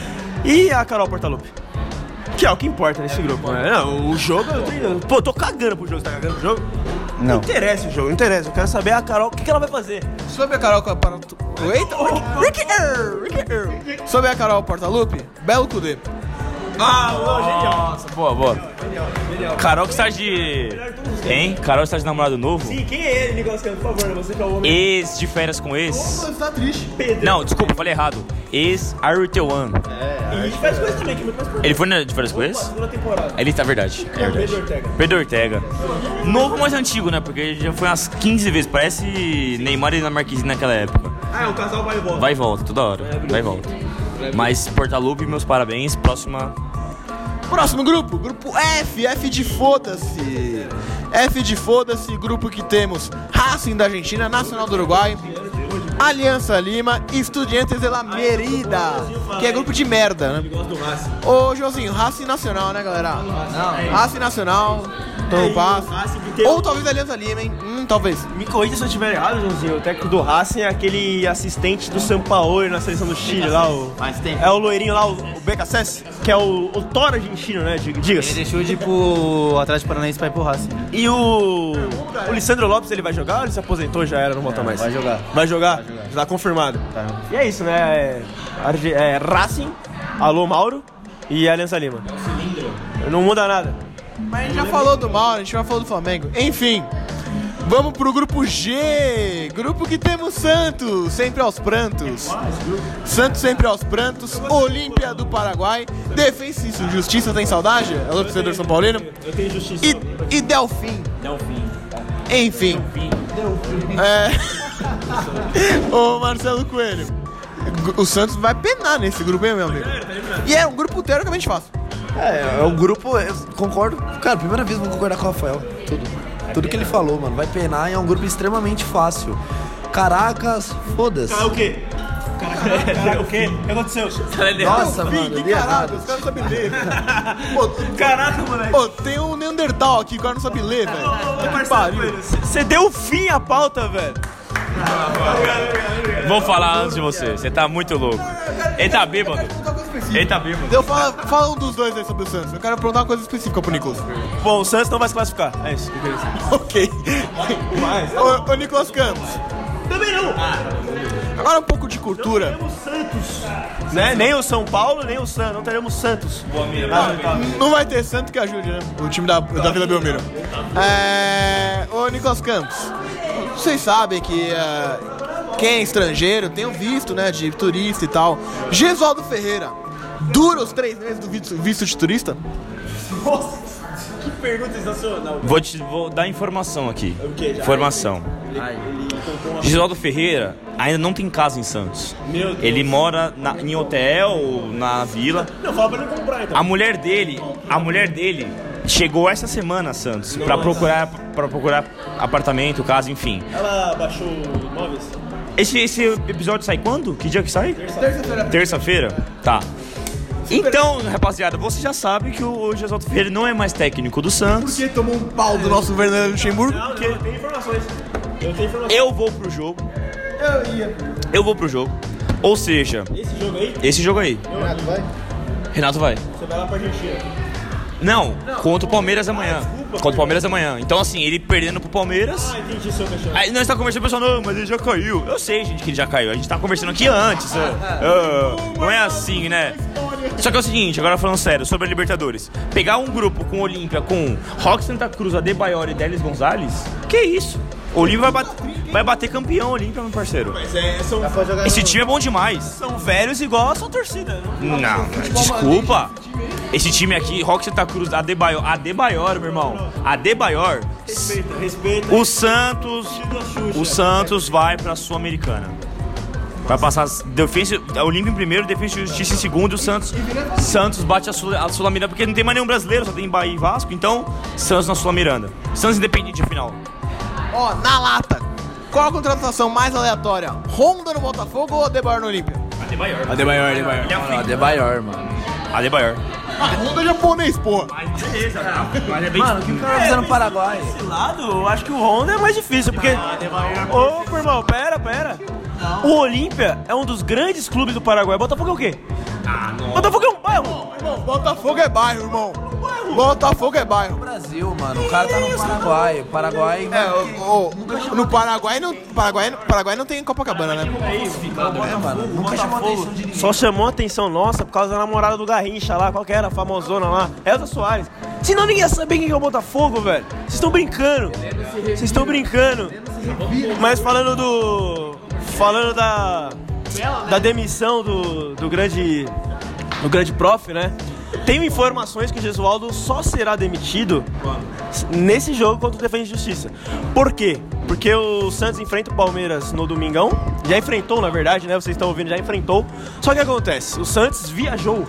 E a Carol Portaluppi? Que é o que importa nesse grupo, né? Não, o jogo... Eu tenho- Pô, eu tô cagando pro jogo. Você tá cagando pro jogo? Não. Não interessa o jogo, não interessa. Eu quero saber a Carol, o que, que ela vai fazer? sobre a Carol para Eita, Ricky Earl, Ricky Earl. Sobre a Carol Portaluppi, belo Cudê. Ah, genial. Nossa, boa, boa. Carol que está de... Hein? Carol está de namorado novo? Sim, quem é ele, Nicolas Campos? Por favor, você que é o homem. Ex de férias com ex? Você tá triste. Pedro. Não, desculpa, falei errado. Ex Artewan. E a gente faz coisa também, que é muito mais importante. Ele foi na- de férias com ex? Segunda temporada. Ele tá verdade, é verdade. Pedro Ortega. Pedro Ortega. Novo, mas antigo, né? Porque ele já foi umas quinze vezes. Parece Neymar e na Marquise naquela época. Ah, é, o casal vai e volta. Vai e volta, toda hora. Vai e volta. Mas Portaluppi, meus parabéns. Próxima. Próximo grupo, grupo F, F de foda-se. F de foda-se, grupo que temos Racing da Argentina, Nacional do Uruguai, Aliança Lima e Estudiantes de la Merida, que é grupo de merda, né? Gosto do Racing. Ô, Joãozinho, Racing Nacional, né, galera? Racing Nacional, então passa. Racing que tem Ou o- talvez Aliança Lima, hein? Hum, talvez. Me corrija se eu estiver errado, Joãozinho. O técnico do Racing é aquele assistente do Sampaoli na seleção do Chile lá. O... Faz tempo. É o loirinho lá, o, o B K S S, que é o, o Tora argentino, né? Diga- Ele Diga-se. deixou de ir pro Atlético Paranaense pra ir pro Racing. E o. O Lissandro Lopes, ele vai jogar ou ele se aposentou já era, não volta mais? vai jogar. Vai jogar? Já tá confirmado. E é isso, né? É, Arge- é Racing, alô Mauro e Aliança Lima. Não muda nada. Mas a gente já falou do mal, a gente já falou do Flamengo. Enfim, vamos pro grupo G. Grupo que temos Santos, sempre aos prantos. Santos sempre aos prantos. Olímpia do Paraguai. Defensa e Justiça, tem saudade? Alô, torcedor São Paulino. Eu tenho justiça. E, e Delfim. Delfim. Enfim. É... Ô, Marcelo Coelho. O Santos vai penar nesse grupo, hein, meu amigo? E é um grupo teoricamente fácil. É, é um grupo, eu concordo. Cara, primeira vez vou concordar com o Rafael. Tudo. Tudo que ele falou, mano. Vai penar e é um grupo extremamente fácil. Caracas, foda-se. Ah, o quê? Caraca, o quê? O que aconteceu? Nossa, Delfim, mano, que eu li caralho, errado. os caras não sabem ler. Pô, Caraca, moleque. Pô, tem um Neandertal aqui que o cara não sabe ler, velho. Puta que pariu. Você deu fim à pauta, velho. Vou falar antes de você. Você tá muito louco. Ele tá bêbado. Ele tá bêbado. Deu, fala, fala um dos dois aí sobre o Santos. Eu quero perguntar uma coisa específica pro Nicolas. Bom, o Santos não vai se classificar. É isso que eu queria dizer. Ok. Ô, ô, Nicolas Campos. Também não. Agora um pouco de cultura. Né? Nem o São Paulo, nem o Santos. Não teremos Santos. Ah, tá. Não vai ter Santos que ajude, né? O time da, da Vila Belmiro. É... Ô, Nicolas Campos. Vocês sabem que é, quem é estrangeiro tem um visto, né? De turista e tal. Gesualdo Ferreira. Dura os três meses do visto, visto de turista? pergunta sensacional. Vou te vou dar informação aqui. O quê? Já? Informação. Gisaldo Ferreira ainda não tem casa em Santos. Meu Deus. Ele mora na, em hotel, na vila. Não, fala pra ele comprar então. A mulher dele, a mulher dele chegou essa semana a Santos pra procurar, pra procurar apartamento, casa, enfim. Ela baixou móveis? Esse, esse episódio sai quando? Que dia que sai? Terça-feira. Terça-feira? Tá. Então, rapaziada, você já sabe que o Gisaldo Ferreira não é mais técnico do Santos. Porque tomou um pau do nosso Fernando Luxemburgo? Não, porque tem informações. Eu tenho informações. Eu vou pro jogo. Eu ia. Eu vou pro jogo. Ou seja, Esse jogo aí, esse jogo aí. Renato, vai? Renato vai. você vai lá pra Argentina. Não, contra o Palmeiras amanhã. Contra o Palmeiras amanhã. Então, assim, ele perdendo pro Palmeiras. Ah, entendi seu questionamento. Aí nós tá conversando com o pessoal, não, mas ele já caiu. Eu sei, gente, que ele já caiu. A gente tá conversando aqui antes. é. Ah, não é assim, né? Só que é o seguinte, agora falando sério, sobre a Libertadores. Pegar um grupo com Olímpia, com Roque Santa Cruz, Adebayor e Delis Gonzalez, que isso? O Olímpia vai bater, vai bater campeão, Olímpia, meu parceiro. Mas é, são, Esse time é bom demais. são velhos igual a sua torcida. Não? Não, desculpa. Esse time aqui, Roque Santa Cruz, Adebayor, Adebayor, meu irmão. Adebayor. Respeita, respeita. O Santos, o Santos vai pra Sul-Americana. Vai passar defesa, a Olímpia em primeiro, Defensa e Justiça em segundo e o Santos, Santos bate a Sul- a Sul-Miranda, porque não tem mais nenhum brasileiro, só tem Bahia e Vasco, então Santos na Sul-Miranda. Santos independente de final. Ó, na lata. Qual a contratação mais aleatória? Honda no Botafogo ou Adebayor no Olímpia? Adebayor. Adebayor, Adebayor. Ele é o fim. Adebayor, mano. Adebayor. Ah, Honda é japonês, porra. Mas beleza, mas é bem... Mano, o que o cara vai fazer no Paraguai? Desse lado, eu acho que o Honda é mais difícil, porque... Ô, meu irmão, pera, pera. O Olímpia é um dos grandes clubes do Paraguai. Botafogo é o quê? Ah, não. Botafogo é um bairro. Irmão, Botafogo é bairro, irmão. Botafogo é bairro. Brasil, mano. O cara tá no Paraguai. O Paraguai. É, o, o- no Paraguai não, Paraguai, Paraguai não tem Copacabana, né? É, mano. Nunca chamou atenção de ninguém. Só chamou a atenção nossa por causa da namorada do Garrincha lá, qual que era? A famosona lá, Elza Soares. Senão ninguém ia saber quem é o Botafogo, velho. Vocês estão brincando. Vocês estão brincando. Mas falando do... Falando da... Da demissão do, do grande... Do grande prof, né? Tenho informações que o Gesualdo só será demitido nesse jogo contra o Defensa e Justiça. Por quê? Porque o Santos enfrenta o Palmeiras no domingão. Já enfrentou, na verdade, né? Vocês estão ouvindo, já enfrentou. Só que o que acontece? O Santos viajou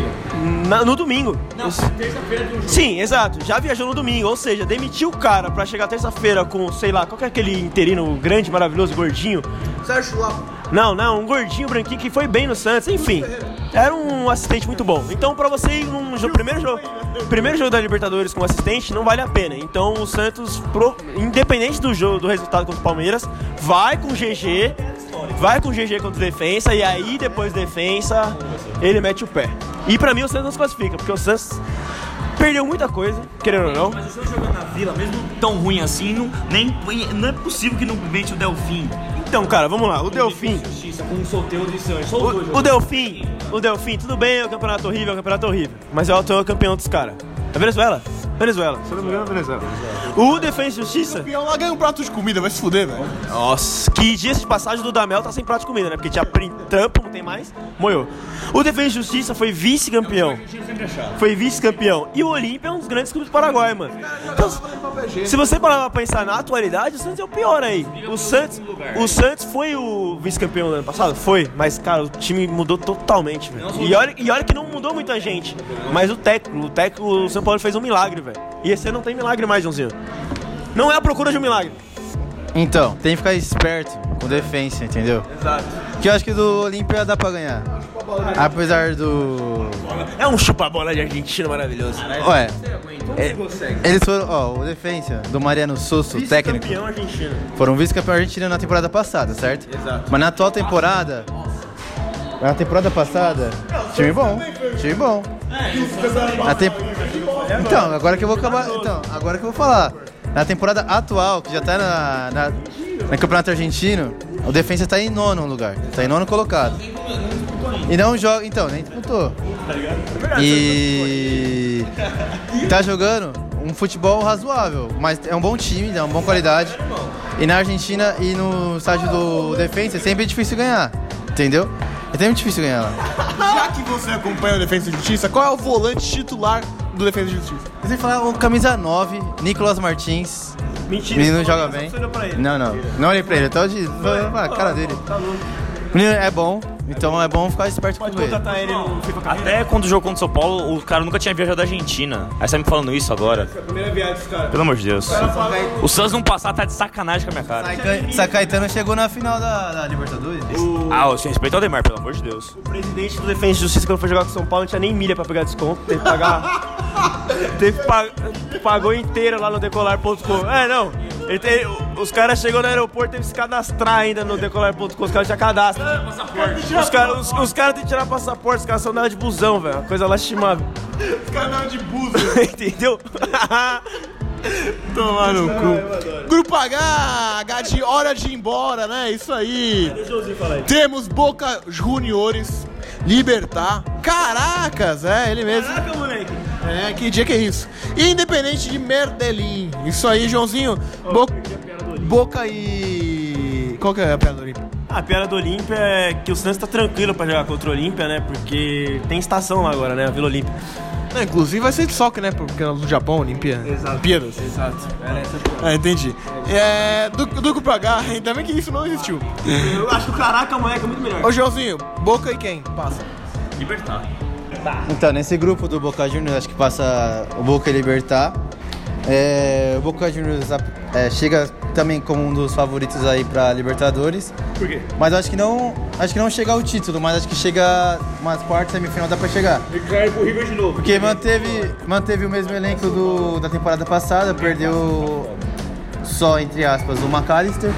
na- no domingo. Não, Os... terça-feira do jogo. Sim, exato. Já viajou no domingo. Ou seja, demitiu o cara pra chegar terça-feira com, sei lá, qual que é aquele interino grande, maravilhoso, gordinho? Sérgio lá. Não, não, um gordinho branquinho que foi bem no Santos, enfim. Era um assistente muito bom. Então, pra você ir num jogo, primeiro jogo, primeiro jogo da Libertadores com assistente, não vale a pena. Então, o Santos, pro- independente do jogo, do resultado contra o Palmeiras, vai com o G G, vai com o G G contra o Defensa, e aí, depois Defensa, ele mete o pé. E pra mim, o Santos não se classifica, porque o Santos perdeu muita coisa, querendo ou não. Mas o Santos jogando na Vila, mesmo tão ruim assim, não, nem, não é possível que não mente o Delfim. Então, cara, vamos lá. O Delfim... Justiça com um solteiro de Santos. Só os dois O, o jogando. Delfim, o Delfim, tudo bem, é o campeonato horrível, é o campeonato horrível. Mas é o atual campeão dos caras. É Venezuela? Venezuela. Se eu não me engano, é Venezuela. O Defensa e Justiça. O peão lá ganha um prato de comida, vai se fuder, velho. Nossa, que dias de passagem o Dudamel tá sem prato de comida, né? Porque tinha prim- trampo, não tem mais, moiou. O Defensa e Justiça foi vice-campeão. Foi vice-campeão. E o Olímpia é um dos grandes clubes do Paraguai, mano. Então, se você parar pra pensar na atualidade, o Santos é o pior aí. O Santos, o Santos foi o vice-campeão do ano passado? Foi, mas, cara, o time mudou totalmente, velho. E olha, e olha que não mudou muita gente. Mas o técnico, o técnico, o São Paulo fez um milagre, velho. E esse ano não tem milagre mais, Joãozinho. Não é a procura de um milagre. Então, tem que ficar esperto com defesa, entendeu? Exato. Que eu acho que do Olímpia dá pra ganhar. Apesar do... É um chupa-bola de argentino maravilhoso. Ué, é, eles foram, ó, o defensa do Mariano Sosso, técnico, Campeão argentino. foram vice-campeão argentino na temporada passada, certo? Exato. Mas na atual temporada, na temporada passada, time bom, time bom. Na tem- Então, agora que eu vou acabar, então, agora que eu vou falar. Na temporada atual, que já tá na, na, no Campeonato Argentino, o defensa tá em nono lugar, tá em nono colocado. E não joga, então, nem disputou. E tá jogando um futebol razoável, mas é um bom time, é uma boa qualidade. E na Argentina e no estádio do defensa é sempre difícil ganhar, entendeu? É muito difícil ganhar lá. Já que você acompanha o Defensa e Justiça, qual é o volante titular do Defensa e Justiça? Você falar o camisa nove, Nicolas Martins. Mentira. O menino joga bem. Não, não. Não olhei pra ele. Eu tô de... a cara dele. O menino é bom, então é bom ficar esperto com ele. ele no FIFA Até quando jogou contra o São Paulo, o cara nunca tinha viajado da Argentina. Aí você tá me falando isso agora? É a primeira viagem dos caras. Pelo amor de Deus. O Santos não passar tá de sacanagem com a minha cara. Sa Caetano chegou na final da, da Libertadores. O... Ah, você respeita o Ademar, pelo amor de Deus. o presidente do Defensa e Justiça, quando foi jogar com o São Paulo, não tinha nem milha pra pegar desconto. Teve que pagar... teve que pagar... Pagou inteiro lá no decolar ponto com. É, não. Ele te... Os caras chegou no aeroporto, teve que se cadastrar ainda no decolar ponto com. Os caras tinham cadastro. Os caras os, os cara têm que tirar passaporte, os caras são nada de busão, velho. Uma coisa lastimável. Os caras não de buzo. Entendeu? Tomar no cu. Grupo H, H de hora de ir embora, né? Isso aí. Temos Boca Juniors, Libertar. Caracas, é, ele mesmo. Caraca, moleque. É, que dia que é isso? Independente de Merdelim. Isso aí, Joãozinho. Bo Boca e... Qual que é a piada do Olímpia? A piada do Olímpia é que o Santos tá tranquilo pra jogar contra o Olímpia, né? Porque tem estação lá agora, né? A Vila Olímpia. Não, inclusive vai ser de soccer, né? Porque no Japão, Olimpia. Exato. Olimpíadas. Exato. Ah, entendi. É, do, do Grupo H, ainda bem que isso não existiu. Eu acho que o Caraca, moleque, é muito melhor. Ô, Joãozinho, Boca e quem? Passa. Libertar. Então, nesse grupo do Boca Juniors, acho que passa o Boca e Libertar. É, o Boca Juniors é, chega também como um dos favoritos aí pra Libertadores. Por quê? Mas acho que não, acho que não chega ao título, mas acho que chega umas quartas, semifinal dá pra chegar. E cai pro River de novo. Porque manteve, manteve o mesmo elenco do, da temporada passada, perdeu só, entre aspas, o McAllister,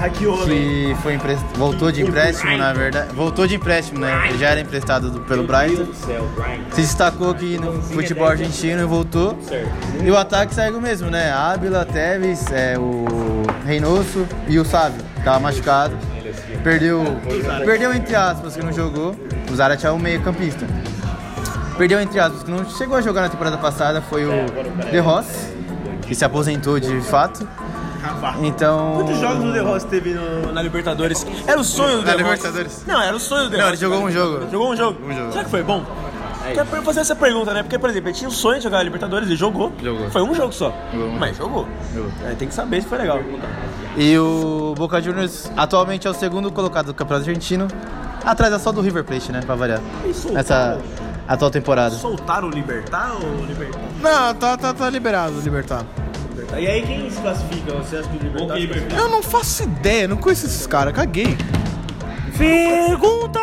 que foi emprest... voltou de empréstimo, na verdade. Voltou de empréstimo, né? Ele já era emprestado do, pelo Brighton. Se destacou aqui no futebol argentino e voltou. E o ataque saiu mesmo, né? Ábila, Tevez, é, o Reynoso e o Sávio, que tava machucado. Perdeu, perdeu entre aspas, que não jogou. O Zarate é o meio campista. Perdeu entre aspas, que não chegou a jogar na temporada passada, foi o De Rossi, que se aposentou de fato. Então... Quantos jogos o De Rossi teve no, na Libertadores? Era o sonho do De Na Rossi. Libertadores? Não, era o sonho do De Rossi. Não, ele jogou um jogo. Jogou um jogo? Um jogo. Será que foi bom? Quero fazer essa pergunta, né? Porque, por exemplo, ele tinha o sonho de jogar a Libertadores e jogou. Jogou. Foi um jogo só. Jogou. Mas jogou. Jogou. É, tem que saber se foi legal. E o Boca Juniors atualmente é o segundo colocado do Campeonato Argentino, atrás é só do River Plate, né, pra variar. Essa atual temporada. Soltaram o Libertar ou Libertar? Não, tá, tá, tá liberado, Libertar. E aí quem se classifica? Você acha que o Libertar se classifica? Eu não faço ideia, não conheço esses caras, caguei. Pergunta!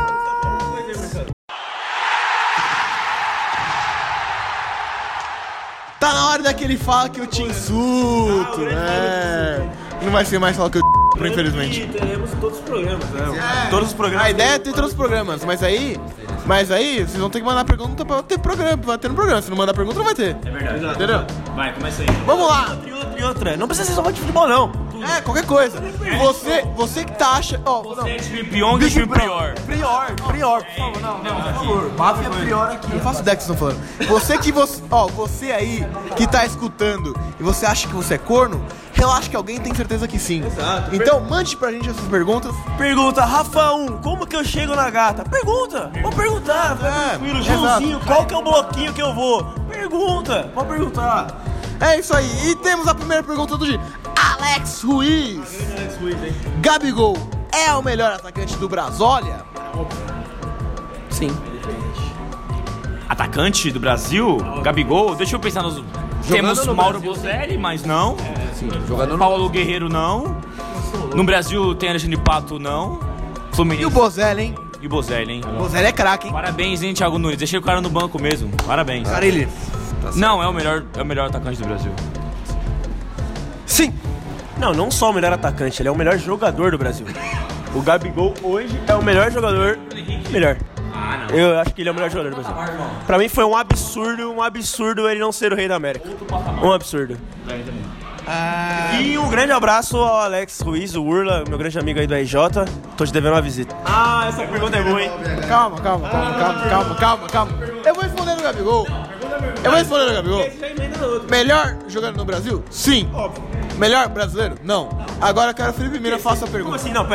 Tá na hora daquele fala que eu te insulto, né? Não vai ser mais falar que eu te infelizmente. Teremos todos os programas, né? Todos os programas. A ideia é ter todos os programas, mas aí... Mas aí, vocês vão ter que mandar pergunta pra ter programa, pra ter um programa. Se não mandar pergunta, não vai ter. É verdade. Entendeu? Vai, começa aí. Vamos lá! E outra, e outra. Não precisa ser só de futebol, não. É, qualquer coisa. Você, você que tá achando... Ó, não. Você é time Pyong e time Prior. Prior, Prior, por favor, não, não, por favor. Máfia Prior aqui. Eu não faço ideia que vocês estão falando. Você que você... Ó, você aí que tá escutando e você acha que você é corno, relaxa que alguém tem certeza que sim. Exato. Então, mande pra gente essas perguntas. Pergunta, Rafa um, como que eu chego na gata? Pergunta, vou perguntar. É, Tranquilo, exato. Joãozinho, qual que é o bloquinho que eu vou? Pergunta, pode perguntar. É isso aí. E temos a primeira pergunta do dia. Alex Ruiz. Gabigol é o melhor atacante do Brasólia? Sim. Atacante do Brasil? Gabigol? Deixa eu pensar nos... Temos no Mauro Brasil, Bozelli, mas não. Sim, jogador Paulo Guerreiro, não. No Brasil tem Alexandre Pato, não. Fluminense. E o Bozelli, hein? E o Bozelli, hein? O Bozelli é craque, hein? Parabéns, hein, Thiago Nunes. Deixei o cara no banco mesmo. Parabéns. Carilli. Não, é o melhor, é o melhor atacante do Brasil. Sim. Não, não só o melhor atacante, ele é o melhor jogador do Brasil. O Gabigol hoje é o melhor jogador. Melhor. Ah, não. Eu acho que ele é o melhor jogador do Brasil. Pra mim foi um absurdo, um absurdo ele não ser o rei da América. Um absurdo. Ah, E um grande abraço ao Alex Ruiz, o Urla, meu grande amigo aí do R J. Tô te devendo uma visita. Ah, essa pergunta é boa, hein? calma, calma, calma, calma, calma, calma, calma. Eu vou responder no Gabigol. Eu vou responder no Gabigol. Melhor jogador no Brasil? Sim. Melhor brasileiro? Não. Agora eu quero que o Felipe Mira faça a Como pergunta. assim? Não, pera.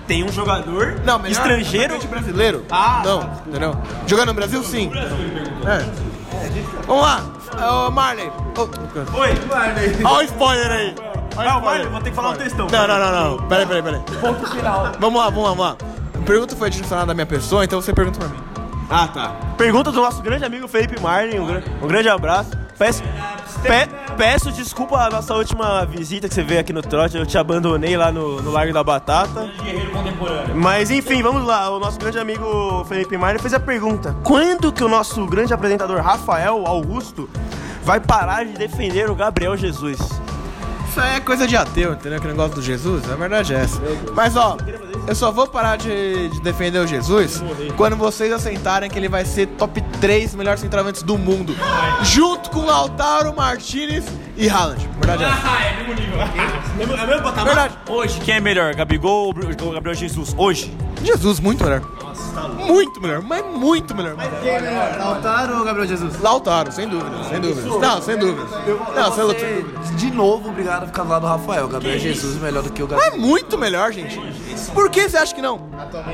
tem um jogador Não, melhor estrangeiro atacante brasileiro. Ah, não, tá. entendeu? Jogando no Brasil, sim. É. Vamos lá, ô Marley. Oh. Oi, Marley. Olha o spoiler aí. Não, Marley, vou ter que falar um textão. Não, não, não, não. Peraí, peraí, peraí. Ponto final. Vamos lá, vamos lá, vamos lá. A pergunta foi direcionada à minha pessoa, então você pergunta pra mim. Ah, tá. Pergunta do nosso grande amigo Felipe Marley, um, gran- um grande abraço. Peço, pe- peço desculpa a nossa última visita que você veio aqui no Trote, eu te abandonei lá no, no Largo da Batata. Mas enfim, vamos lá, o nosso grande amigo Felipe Marley fez a pergunta: quando que o nosso grande apresentador Rafael Augusto vai parar de defender o Gabriel Jesus? Isso aí é coisa de ateu, entendeu? Que negócio do Jesus, a verdade é essa. Mas ó, eu só vou parar de, de defender o Jesus quando vocês assentarem que ele vai ser top três melhores centroavantes do mundo, junto com Lautaro Martinez e Haaland. Verdade é essa. Ah, é mesmo nível. É mesmo patamar? Verdade. Hoje, quem é melhor? Gabigol ou Gabriel Jesus? Hoje? Jesus, muito melhor. Muito melhor, mas muito melhor. Lautaro ou Gabriel Jesus? Lautaro, sem dúvida, sem dúvida. Não, sem dúvida. Não, sem dúvida. De novo, obrigado por ficar do lado do Rafael. Gabriel Jesus é melhor do que o Gabriel. É muito melhor, gente. Por que você acha que não?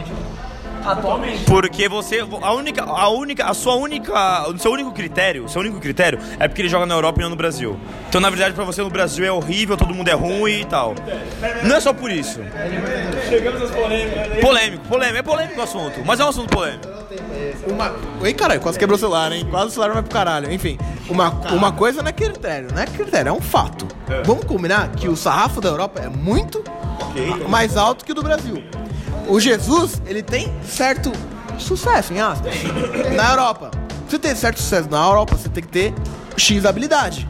Porque você, a única, a única, a sua única, o seu único critério, o seu único critério é porque ele joga na Europa e não no Brasil. Então, na verdade, pra você no Brasil é horrível, todo mundo é ruim e tal. Não é só por isso. Chegamos às polêmicas. Polêmico, polêmico, é polêmico o assunto, mas é um assunto polêmico. Uma... Oi, caralho, quase quebrou o celular, hein? Quase o celular vai pro caralho. Enfim, uma, uma coisa não é critério, não é critério, é um fato. Vamos combinar que o sarrafo da Europa é muito mais alto que o do Brasil. O Jesus, ele tem certo sucesso, em aspas, na Europa. Pra você ter certo sucesso na Europa, você tem que ter X habilidade.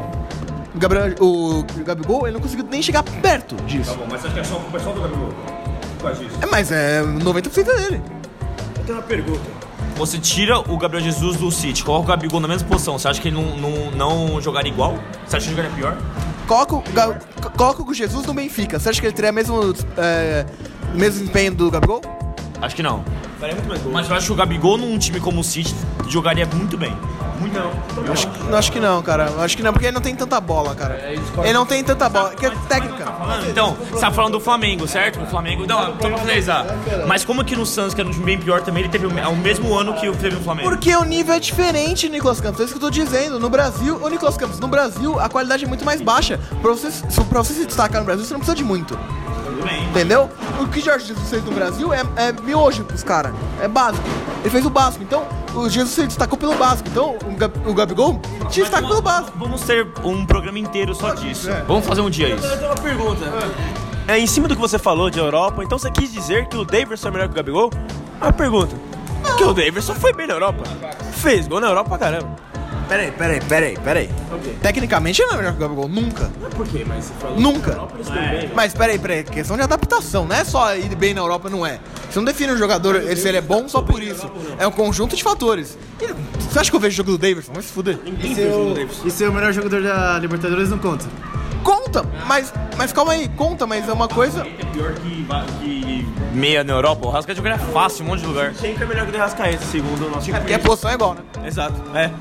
O, Gabriel, o Gabigol, ele não conseguiu nem chegar perto disso. Tá bom, mas você acha que é só o pessoal do Gabigol? Faz isso. É, mas é noventa por cento dele. Eu tenho uma pergunta. Você tira o Gabriel Jesus do City, coloca o Gabigol na mesma posição, você acha que ele não, não, não jogaria igual? Você acha que jogaria pior? Coloca o, Ga- coloca o Jesus no Benfica. Você acha que ele teria o mesmo, é, mesmo empenho do Gabigol? Acho que não. Faria muito mais gol. Mas eu acho que o Gabigol num time como o City jogaria muito bem. Muito não. Eu acho, eu acho que não, cara. Eu acho que não, porque ele não tem tanta bola, cara. Ele não tem tanta bola. Que é técnica. Então, você tá falando do Flamengo, certo? O Flamengo, não, tô pra finalizar. Mas como que no Santos, que era um time bem pior também, ele teve o, o mesmo ano que teve o Flamengo? Porque o nível é diferente, Nicolas Campos. É isso que eu tô dizendo. No Brasil, ô Nicolas Campos, no Brasil a qualidade é muito mais baixa. Pra você, se- pra você se destacar no Brasil, você não precisa de muito. Tudo bem. Entendeu? O que Jorge Jesus fez no Brasil é, é miojo pros caras. É básico. Ele fez o básico. Então, o Jesus se destacou pelo básico. Então, o, Gab, o Gabigol se destaca pelo básico. Vamos ter um programa inteiro só disso. Vamos fazer um dia isso. Eu tenho uma pergunta. É, em cima do que você falou de Europa, então você quis dizer que o Davidson é melhor que o Gabigol? Uma pergunta. Porque o Davidson foi bem na Europa. Fez gol na Europa pra caramba. Peraí, peraí, peraí, peraí. Tecnicamente ele não é melhor que o Gabigol. Nunca. Por quê? Mas você falou Nunca. Mas peraí, peraí, questão de adaptação, não é só ir bem na Europa, não é. Você não define um jogador ele- se ele é bom só por isso. É um conjunto de fatores. E você acha que eu vejo o jogo do Davidson? Vai se fuder. Ninguém fez gol no Davidson. E ser o melhor jogador da Libertadores não conta. Conta, mas, mas calma aí, conta, mas é uma coisa. É pior que, que meia na Europa. O Rascaeta jogaria fácil em um monte de lugar. Sempre é melhor que o de Arrascaeta, segundo o nosso... É porque a posição é igual, né? Exato, é.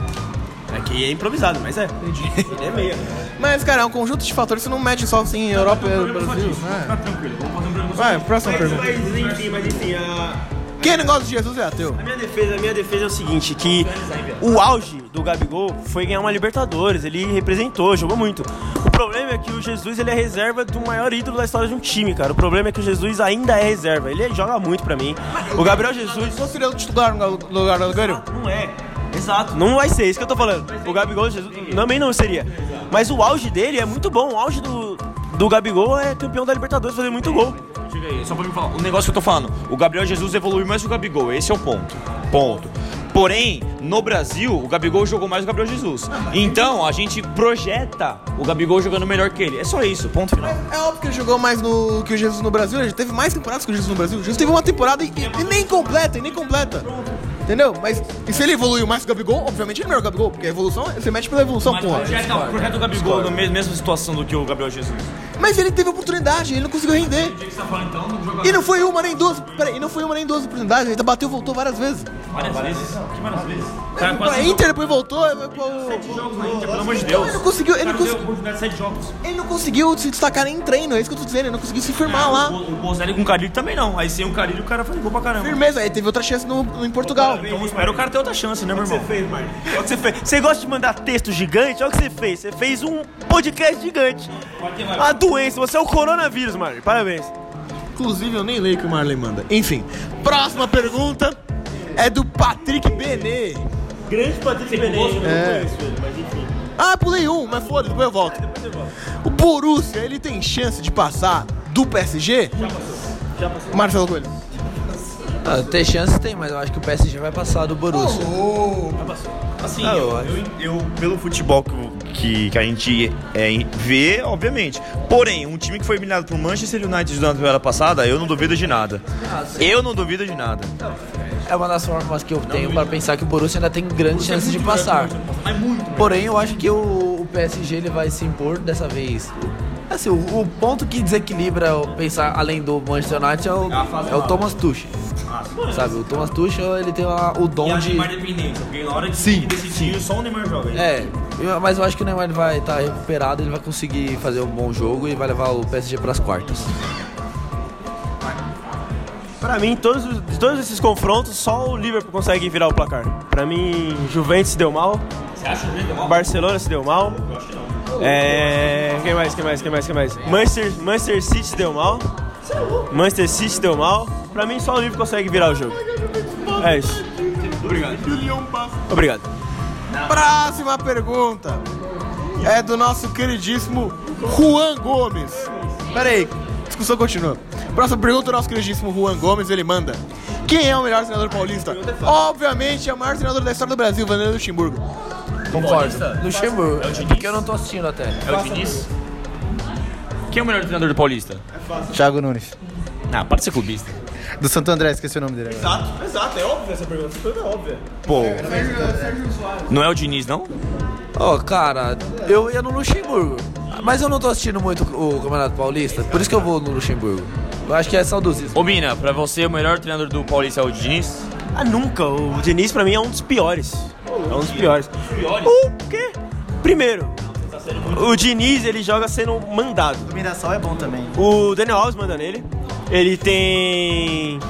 É que é improvisado, mas é. Ele é meia. Mas, cara, é um conjunto de fatores, você não mede só assim Europa e Brasil. Fica tranquilo, vamos fazer um programa só Vai, próxima Mas, pergunta. mas enfim, mas enfim, a... Quem não gosta de Jesus é ateu. A minha defesa, a minha defesa é o seguinte, que o auge do Gabigol foi ganhar uma Libertadores, ele representou, jogou muito. O problema é que o Jesus ele é reserva do maior ídolo da história de um time, cara. O problema é que o Jesus ainda é reserva, ele joga muito pra mim. O Gabriel Jesus... Você seria o titular no lugar do Gabigol? Não é. Exato. Não vai ser, isso que eu tô falando. O Gabigol Jesus também não seria. Mas o auge dele é muito bom. O auge do, do Gabigol é campeão da Libertadores, fazer muito gol. Diga aí, só pra me falar, o negócio que eu tô falando, o Gabriel Jesus evoluiu mais que o Gabigol, esse é o ponto. Ponto. Porém, no Brasil, o Gabigol jogou mais que o Gabriel Jesus. Então, a gente projeta o Gabigol jogando melhor que ele. É só isso, ponto final. É óbvio que ele jogou mais no, que o Jesus no Brasil, ele já teve mais temporadas que o Jesus no Brasil. O Jesus teve uma temporada e, e nem completa, e nem completa. Entendeu? Mas e se ele evoluiu mais que o Gabigol, obviamente ele é melhor que o Gabigol, porque a evolução, você mete pela evolução, Mas porra. projeta, projeta o Gabigol na mes- mesma situação do que o Gabriel Jesus. Mas Mas ele teve oportunidade, ele não conseguiu render. E não foi uma nem duas. Peraí, e não foi uma nem duas oportunidades. Ele bateu e voltou várias vezes. Várias vezes? Que várias vezes? Cara, pra Inter, depois voltou. Sete jogos na Inter, pelo amor de Deus. Ele não conseguiu. Ele não, deu consegui... oportunidade de sete jogos. ele não conseguiu se destacar nem em treino, é isso que eu tô dizendo. Ele não conseguiu se firmar lá. O, o Bozelli com o Carilho também não. Aí sem o Carilho o cara faz gol pra caramba. Firmeza, aí teve outra chance no, no, em Portugal. Então espera o cara ter outra chance, né, meu irmão? O que você fez, Marlon? Olha o que você fez. Você gosta de mandar texto gigante? Olha o que você fez. Você fez um podcast gigante. Uma doença. Você é o coronavírus, Marlon. Parabéns. Inclusive, eu nem leio o que o Marley manda. Enfim, próxima pergunta é do Patrick Benê. Grande Patrick Benê. Eu não conheço ele, mas enfim. Ah, pulei um, mas foda-se, depois eu volto. O Borussia, ele tem chance de passar do P S G? Já passou. Já passou. Marcelo Coelho. Ah, tem chance, tem, mas eu acho que o P S G vai passar do Borussia. Oh, Já passou. Assim, ah, eu, eu, eu, pelo futebol que, que, que a gente é, vê, obviamente. Porém, um time que foi eliminado pro Manchester United na temporada passada, eu não duvido de nada. Ah, eu não duvido de nada. É uma das formas que eu tenho para pensar que o Borussia ainda tem grandes chances de passar. Porém, eu acho que o, o P S G ele vai se impor dessa vez. Assim, o, o ponto que desequilibra eu pensar além do Manchester United é o, é o Thomas Tuchel. Sabe, o Thomas Tuchel ele tem a, o dom e a de... Neymar dependente, porque na hora de sim, decidir sim. só o Neymar joga. É, eu, mas eu acho que o Neymar vai estar tá recuperado, ele vai conseguir fazer um bom jogo e vai levar o P S G para as quartas. Pra mim, todos, de todos esses confrontos, só o Liverpool consegue virar o placar. Pra mim, Juventus se deu mal. Você acha que o Juventus deu mal? Barcelona se deu mal. Eu acho que não. É... Quem mais, quem mais, quem mais, quem mais? Manchester, Manchester City se deu mal. Manchester City se deu mal. Pra mim, só o Liverpool consegue virar o jogo. É isso. Obrigado. Obrigado. próxima pergunta é do nosso queridíssimo Juan Gomes. Pera aí, a discussão continua. Próxima pergunta do nosso queridíssimo Juan Gomes, ele manda: quem é o melhor treinador paulista? Obviamente é o maior treinador da história do Brasil, Vanderlei Luxemburgo. Concordo. Luxemburgo, é porque eu não tô assistindo até. É o Diniz? Quem é o melhor treinador do Paulista? Thiago Nunes. Ah, para de ser clubista. Do Santo André, esqueci o nome dele agora. Exato, exato, é óbvio essa pergunta. Essa pergunta é óbvia. Pô, não é o Diniz, não? Ó, oh, cara, eu ia no Luxemburgo. Mas eu não tô assistindo muito o Campeonato Paulista, por isso que eu vou no Luxemburgo. Eu acho que é saudosismo. Ô, Mina, pra você o melhor treinador do Paulista é o Diniz? Ah, nunca. O Diniz pra mim é um dos piores. É um dos piores. Piores? O quê? Primeiro, o Diniz, ele joga sendo mandado. O Mirassol é bom também. O Daniel Alves manda nele. Ele tem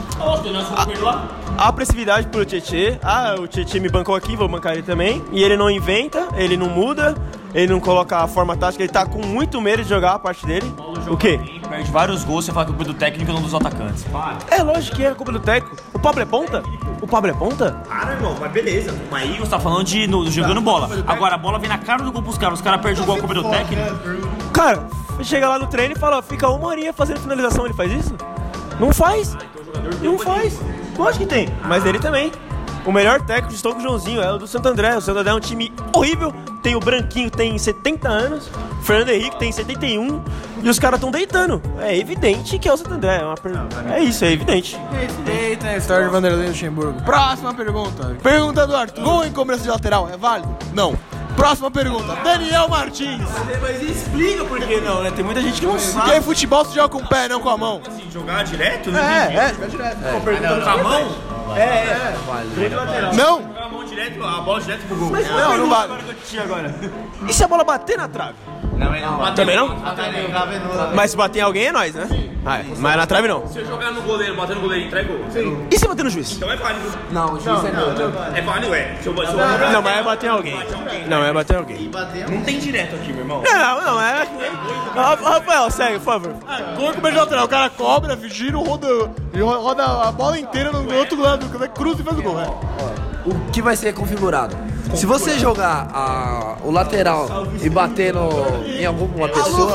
a, a apressividade pro Tietê. Ah, o Tietê me bancou aqui, vou bancar ele também. E ele não inventa, ele não muda, ele não coloca a forma tática. Ele tá com muito medo de jogar a parte dele. O quê? Perde vários gols, você fala que é culpa do técnico e não dos atacantes. Para. É lógico que é culpa do técnico. O Pablo é ponta? O Pablo é ponta? Ah, irmão, mas beleza. Mas aí você tá falando de no, jogando bola. Agora a bola vem na cara do gol pros caras. Os caras perdem o gol a culpa do técnico. Cara, chega lá no treino e fala, fica uma horinha fazendo finalização, ele faz isso? Não faz. Não faz. Lógico que tem. Mas ele também. O melhor técnico de estou com o Joãozinho é o do Santo André. O Santo André é um time horrível. Tem o Branquinho, tem setenta anos. O Fernando Henrique tem setenta e um. E os caras estão deitando. É evidente que é o Santo André. É, uma per... é isso, é evidente. Eita, a história de Vanderlei Luxemburgo. Próxima pergunta. Pergunta do Arthur. Gol em cobrança de lateral é válido? Não. Próxima pergunta. Daniel Martins. Mas explica por que não, né? Tem muita gente que não sabe. Porque em futebol você joga com o pé, não com a mão. Assim, jogar direto? É, é, jogar direto. É. Perguntando com a mão? É, é. Não. Jogar a mão direto, a bola direto pro gol. Mas não, não vale. Agora. E se a bola bater na trave? Não, não. Também não? Mas se bater em alguém é nós, né? Ah, é. Mas na trave não. Se eu jogar no goleiro, bater no goleiro e entrar é gol. Sim. E se bater no juiz? Então é válido. Não, o juiz é neutro. É válido, é. Se eu, se eu não, não, mas é bater em alguém. Não, é bater em alguém. Não tem direto aqui, meu irmão. Não, não, é. Rafael, segue, por favor. Gol com o beijo lateral. O cara cobra, gira, roda, roda a bola inteira no outro lado, cruza e faz o gol. É. O que vai ser configurado? Se você jogar a, o lateral e bater no, em alguma pessoa,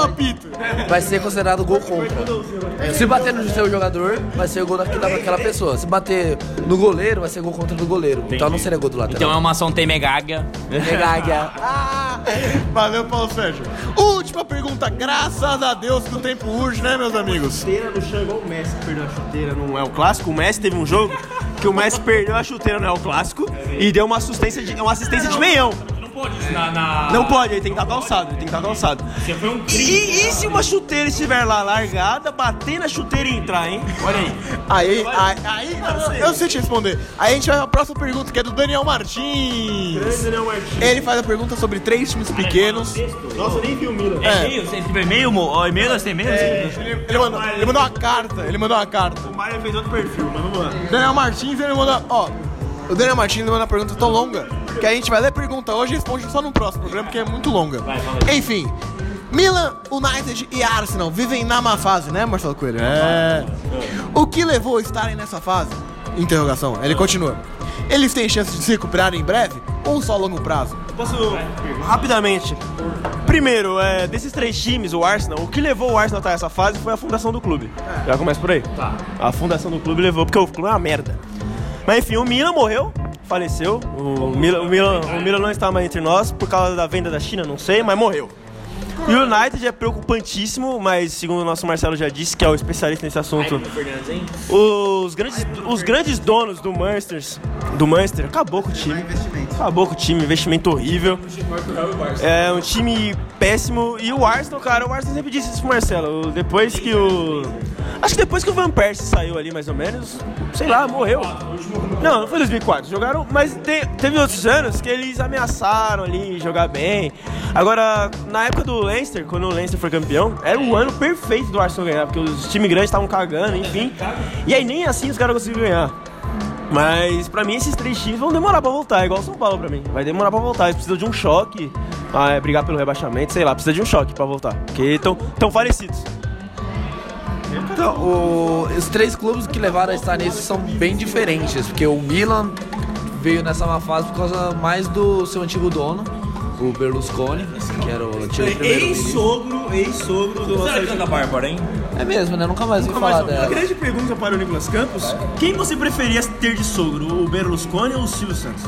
vai ser considerado gol contra. Se bater no seu jogador, vai ser o gol daquela pessoa. Se bater no goleiro, vai ser gol contra do goleiro. Então não seria gol do lateral. Então é uma ação temegágia. Temegágia. Ah, valeu, Paulo Sérgio. Última pergunta, graças a Deus que o tempo urge, né, meus amigos? Chuteira no chão, igual o Messi que perdeu a chuteira, não é o clássico. O Messi teve um jogo que o Messi perdeu a chuteira, não é o clássico, e deu uma assistência de, uma assistência de meião. pode isso na, na... Não pode, ele tem que estar calçado, ele tem que estar calçado. Você foi um E, crime. e se uma chuteira estiver lá largada, bater na chuteira e entrar, hein? Olha aí. Aí, aí, aí eu sei te responder. Aí a gente vai pra próxima pergunta, que é do Daniel Martins. Daniel Martins. Ele faz a pergunta sobre três times pequenos. Nossa, eu nem vi o Milan. É e-mail? Você escreveu e-mail? mo- ó, E-mail, nós temos e-mail? Ele, ele mandou, ele mandou uma carta, ele mandou uma carta. O Maia fez outro perfil, mas vamos lá. Daniel Martins, ele mandou, ó, o Daniel Martins mandou uma pergunta tão longa que a gente vai ler a pergunta hoje e responde só no próximo programa, porque é muito longa. Enfim, Milan, United e Arsenal vivem na má fase, né, Marcelo Coelho? É. O que levou a estarem nessa fase? Interrogação. Ele continua. Eles têm chance de se recuperar em breve ou só a longo prazo? Posso, rapidamente. Primeiro, é, desses três times, o Arsenal, o que levou o Arsenal a estar nessa fase foi a fundação do clube. Já começa por aí? Tá. A fundação do clube levou, porque o clube é uma merda. Mas enfim, o Milan morreu, faleceu. O Milan, o Milan, o Milan não está mais entre nós por causa da venda da China, não sei, mas morreu. E o United é preocupantíssimo, mas segundo o nosso Marcelo já disse, que é o especialista nesse assunto, os grandes, os grandes donos do Manchester, do Manchester, acabou com o time. Acabou com o time, investimento horrível. É um time péssimo. E o Arsenal, cara, o Arsenal sempre disse isso pro Marcelo. Depois que o... Acho que depois que o Van Persie saiu ali, mais ou menos, sei lá, morreu. Não, não foi dois mil e quatro. Jogaram, mas te, teve outros anos que eles ameaçaram ali jogar bem. Agora, na época do Leicester, quando o Leicester foi campeão, era o ano perfeito do Arsenal ganhar, porque os times grandes estavam cagando, enfim. E aí nem assim os caras conseguiram ganhar. Mas pra mim esses três times vão demorar pra voltar, é igual o São Paulo pra mim. Vai demorar pra voltar, eles precisam de um choque, ah, é, brigar pelo rebaixamento, sei lá, precisa de um choque pra voltar. Porque estão tão parecidos. Então, o- os três clubes que levaram a estar nisso são bem diferentes, porque o Milan veio nessa má fase por causa mais do seu antigo dono, o Berlusconi, que era o antigo primeiro-ministro. Ex-sogro, ex-sogro do Será que canta Bárbara, hein? É mesmo, né? Nunca mais ouvi falar Uma dela. grande pergunta para o Nicolas Campos: quem você preferia ter de sogro, o Berlusconi ou o Silvio Santos?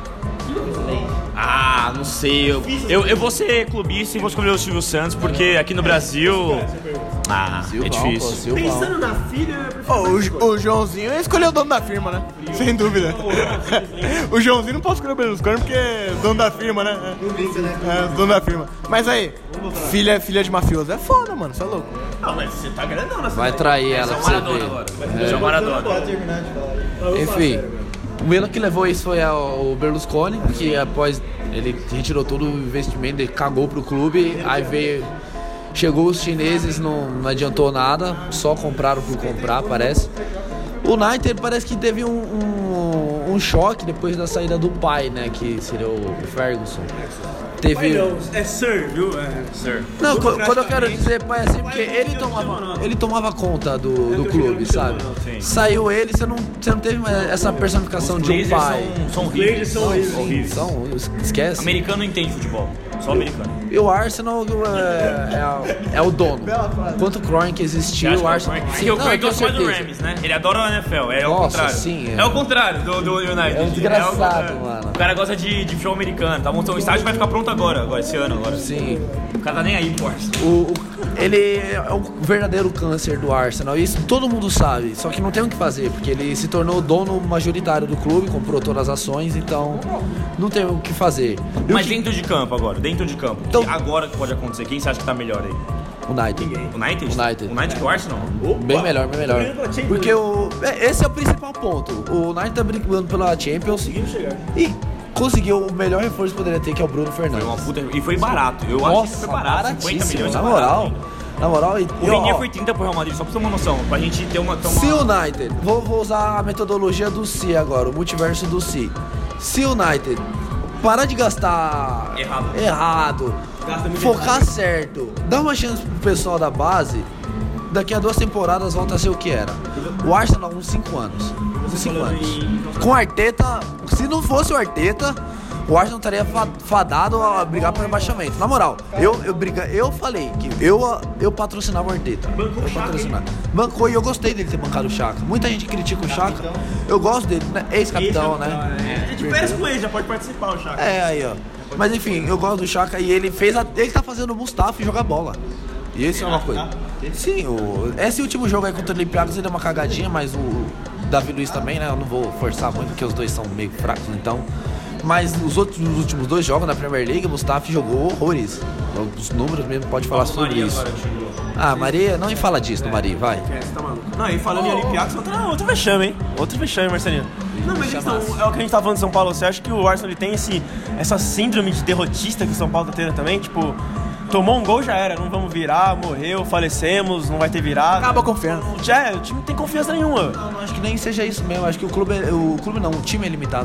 Ah, não sei. Eu, eu, eu vou ser clubista e vou escolher o Silvio Santos, porque aqui no Brasil. Ah, é difícil. Pensando na filha, eu prefiro Ó, o, Jo- o Joãozinho escolheu o dono da firma, né? Sem dúvida. O Joãozinho não pode escolher o Berlusconi porque é dono da firma, né? É, é dono da firma. Mas aí, filha, filha de mafioso é foda, mano, você é louco. Não, mas você tá grandão nessa. Vai trair ela pra você Maradona agora. ver. É o Maradona. Enfim, o Milan que levou isso foi a- o Berlusconi, que após ele retirou todo o investimento, ele cagou pro clube, aí veio, chegou os chineses, não, não adiantou nada, só compraram por comprar, parece. O United parece que teve um, um, um choque depois da saída do pai, né, que seria o Ferguson. Teve... É Sir, viu? É Sir. Não, co- quando eu quero dizer pai assim, porque ele tomava, ele tomava conta do, do clube, sabe? Saiu ele, você não, você não teve mais essa personificação de um Blazers pai. são, são horríveis. são horríveis. Então, esquece. Americano não entende futebol. Só americano. E o Arsenal é, é, a- é o dono. Enquanto o Kroenke existiu, o Arsenal... Porque Sim, o não, Craig eu tenho gosta mais do certeza. Rams, né? Ele adora o N F L, é o Nossa, contrário. sim, é. É o contrário do, do United. É um desgraçado, o contrário. mano. O cara gosta de, de futebol americano, tá montando o estádio, vai ficar pronto agora, agora, esse ano agora. Sim. O cara tá nem aí pro Arsenal. O, o- ele é o verdadeiro câncer do Arsenal, e isso todo mundo sabe, só que não tem o que fazer, porque ele se tornou dono majoritário do clube, comprou todas as ações, então não tem o que fazer. E o Mas que- dentro de campo agora, dentro de campo. Então- que agora que pode acontecer, quem você acha que tá melhor aí? United. O United? United. O United que o Arsenal? Bem melhor, bem melhor. Porque o, é, esse é o principal ponto. O United tá brigando pela Champions e conseguiu o melhor reforço que poderia ter, que é o Bruno Foi Fernandes. uma puta... E foi barato. Eu acho que Nossa, foi barato. cinquenta baratíssimo, milhões na é barato, moral. hein? Na moral, e, O e, ó, Vinier foi trinta pro Real Madrid, só pra ter uma noção. Pra gente ter uma... Ter uma... se o United, vou, vou usar a metodologia do Si agora, o multiverso do Si. Se o United parar de gastar Errado. errado, focar certo, dar uma chance pro pessoal da base, daqui a duas temporadas volta a ser o que era. O Arsenal uns cinco anos. Uns cinco anos. Com o Arteta, se não fosse o Arteta, o Arsenal estaria fa- fadado a brigar por rebaixamento. Na moral, eu, eu, briga, eu falei que eu, eu patrocinava o Arteta. Eu patrocinava. Bancou e eu gostei dele ter bancado o Chaka. Muita gente critica o Chaka. Eu gosto dele, né? Ex-capitão, né? É de férias com ele, já pode participar o Chaka. É, aí, ó. Mas enfim, eu gosto do Chaka e ele fez. A, ele tá fazendo o Mustafa jogar bola. E isso é uma coisa. Sim, o, esse último jogo aí contra o Olympiacos ele deu uma cagadinha, mas o Davi Luiz também, né? Eu não vou forçar muito porque os dois são meio fracos, então. Mas os outros os últimos dois jogos na Premier League, o Mustafi jogou horrores. Os números mesmo pode falar sobre isso. Ah, Maria, não me fala disso do Maria, vai. Não, e falando em Olympiacos, outro, outro vexame, hein? Outro vexame, Marcelinho. Não, mas então, é o que a gente tá falando de São Paulo. Você acha que o Arsenal ele tem esse, essa síndrome de derrotista que o São Paulo tá tendo também? Tipo, tomou um gol, já era, não vamos virar, morreu, falecemos, não vai ter virado. Acaba a confiança. É, o time não tem confiança nenhuma. Não, não, acho que nem seja isso mesmo. Acho que o clube, é, o clube não, o time é limitado.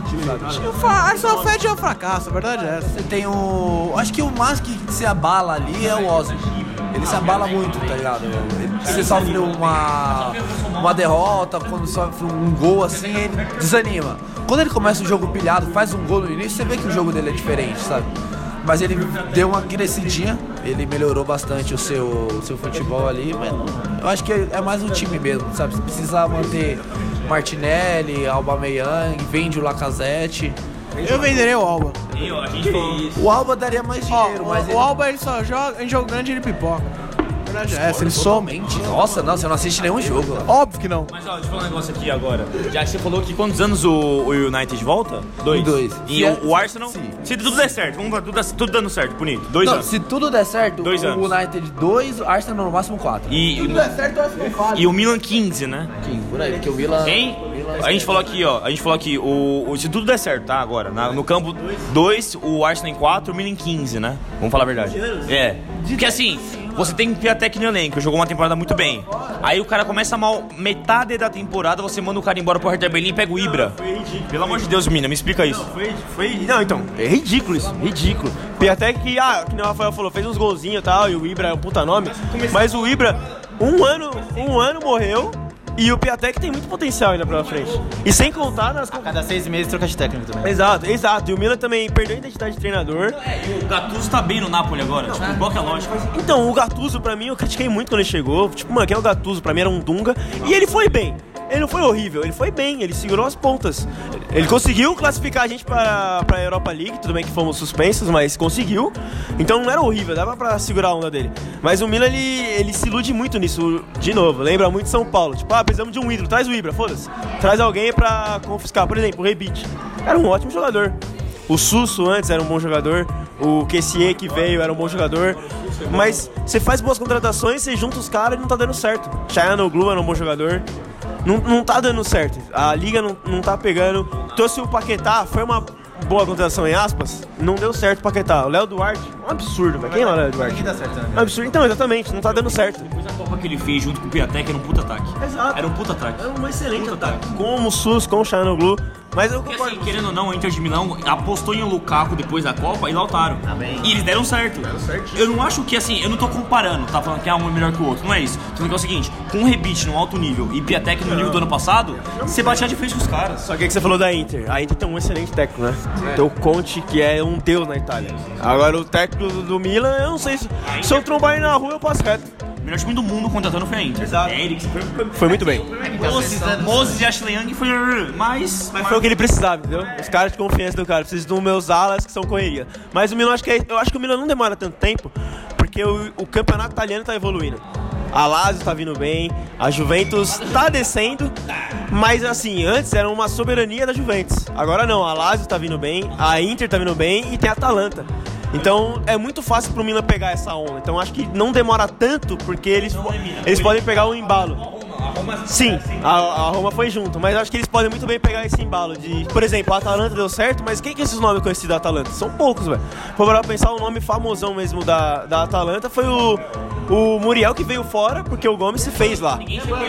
O Arsenal fede é um fracasso, a verdade é essa. Você tem o... Acho que o mais que se abala ali é o Ozzy. Ele se abala muito, tá ligado? Ele, você sofre uma, uma derrota, quando sofre um gol assim, ele desanima. Quando ele começa o jogo pilhado, faz um gol no início, você vê que o jogo dele é diferente, sabe? Mas ele deu uma crescidinha, ele melhorou bastante o seu, o seu futebol ali, mas eu acho que é mais um time mesmo, sabe? Você precisa manter Martinelli, Aubameyang, vende o Lacazette. Eu venderei o Alba. Eu, a gente fez. O Alba daria mais dinheiro, Ó, mas o, ele... o Alba ele só joga em jogo grande, ele pipoca. A verdade é essa, ele some. Nossa, não, você não assiste nenhum jogo. Óbvio que não. Mas ó, deixa eu falar um negócio aqui agora. Já você falou que quantos anos o, o United volta? Dois. Dois. E o, o Arsenal? Sim. Se tudo der certo, vamos lá, tudo, tudo dando certo, bonito. Dois não, anos. se tudo der certo, Dois o anos. United dois, Arsenal no máximo quatro. E, Se tudo der certo, o Arsenal fala. e o Milan quinze, né? quinze, por aí, porque o Milan... Hein? A gente falou aqui, ó. A gente falou aqui, o, o, se tudo der certo, tá? Agora, na, no campo dois, o Arsenal em quatro, o Milan em quinze, né? Vamos falar a verdade. É. Porque assim, você tem Piatek no elenco, jogou uma temporada muito bem. Aí o cara começa mal metade da temporada, você manda o cara embora pro Hertha Berlim e pega o Ibra. Pelo amor de Deus, menina, me explica isso. Foi, foi, não, então, é ridículo isso, ridículo. Até que, ah, que o Rafael falou, fez uns golzinhos e tal, e o Ibra é um puta nome. Mas o Ibra, um ano, um ano morreu. E o Piatek tem muito potencial ainda pra frente. E sem contar nas... A cada seis meses troca de técnico também. Exato, exato. E o Milan também perdeu a identidade de treinador. É, e o Gattuso tá bem no Napoli agora. Não, tipo, qual que é a lógica? Então, o Gattuso, pra mim, eu critiquei muito quando ele chegou. Tipo, mano, quem é o Gattuso? Pra mim era um Dunga. E ele foi bem. Ele não foi horrível, ele foi bem, ele segurou as pontas. Ele conseguiu classificar a gente para a Europa League, tudo bem que fomos suspensos, mas conseguiu. Então não era horrível, dava pra segurar a onda dele. Mas o Milan, ele, ele se ilude muito nisso, de novo, lembra muito de São Paulo. Tipo, ah, precisamos de um ídolo, traz o Ibra, foda-se. Traz alguém pra confiscar, por exemplo, o Rebic. Era um ótimo jogador. O Susso antes era um bom jogador, o Kessié que veio era um bom jogador. Mas você faz boas contratações, você junta os caras e não tá dando certo. Çalhanoğlu era um bom jogador. Não, não tá dando certo, a liga não, não tá pegando. Trouxe o Paquetá, foi uma boa contratação em aspas, não deu certo o Paquetá. O Léo Duarte, um absurdo, velho. Quem é o Léo Duarte? Aqui dá certo, né? Um absurdo, então, exatamente, não tá dando certo. Depois a Copa que ele fez junto com o Piatek era um puta ataque. Exato. Era um puta ataque. É um excelente Puta ataque. Com o Sus, com o Çalhanoğlu. Mas eu Porque concordo. assim, querendo ou não, o Inter de Milão apostou em um Lukaku depois da Copa e Lautaro. Tá bem. E eles deram certo. Deram certo. Eu não acho que assim, eu não tô comparando, tá falando que é um é melhor que o outro. Não é isso. Tô falando que é o seguinte, com o Rebic no alto nível e Piatek no nível do ano passado, você batia de frente com os caras. Só que, é que você falou da Inter. A Inter tem um excelente técnico, né? Tem o Conte, que é um deus na Itália. Agora o técnico do Milan, eu não sei se... Se eu trombar ele na rua, eu passo reto. O melhor time do mundo contratando foi a Inter. Exato. É, Eriksen foi, foi, Foi muito bem. Moses, Moses e Ashley Young foi... Mas... Mas foi o que ele precisava, entendeu? Os caras de confiança do cara. Precisam dos meus alas que são correria. Mas o Milan, acho que é, eu acho que o Milan não demora tanto tempo, porque o, o campeonato italiano tá evoluindo. A Lazio tá vindo bem, a Juventus tá descendo, mas assim, antes era uma soberania da Juventus. Agora não, a Lazio tá vindo bem, a Inter tá vindo bem e tem a Atalanta. Então é muito fácil pro Milan pegar essa onda. Então acho que não demora tanto, porque eles, eles podem pegar o embalo. Sim, a, a Roma foi junto, mas acho que eles podem muito bem pegar esse embalo de... Por exemplo, a Atalanta deu certo, mas quem que é esses nomes conhecidos da Atalanta? São poucos, velho. Vou parar pra pensar, o nome famosão mesmo da, da Atalanta foi o, o Muriel, que veio fora, porque o Gomes se fez lá.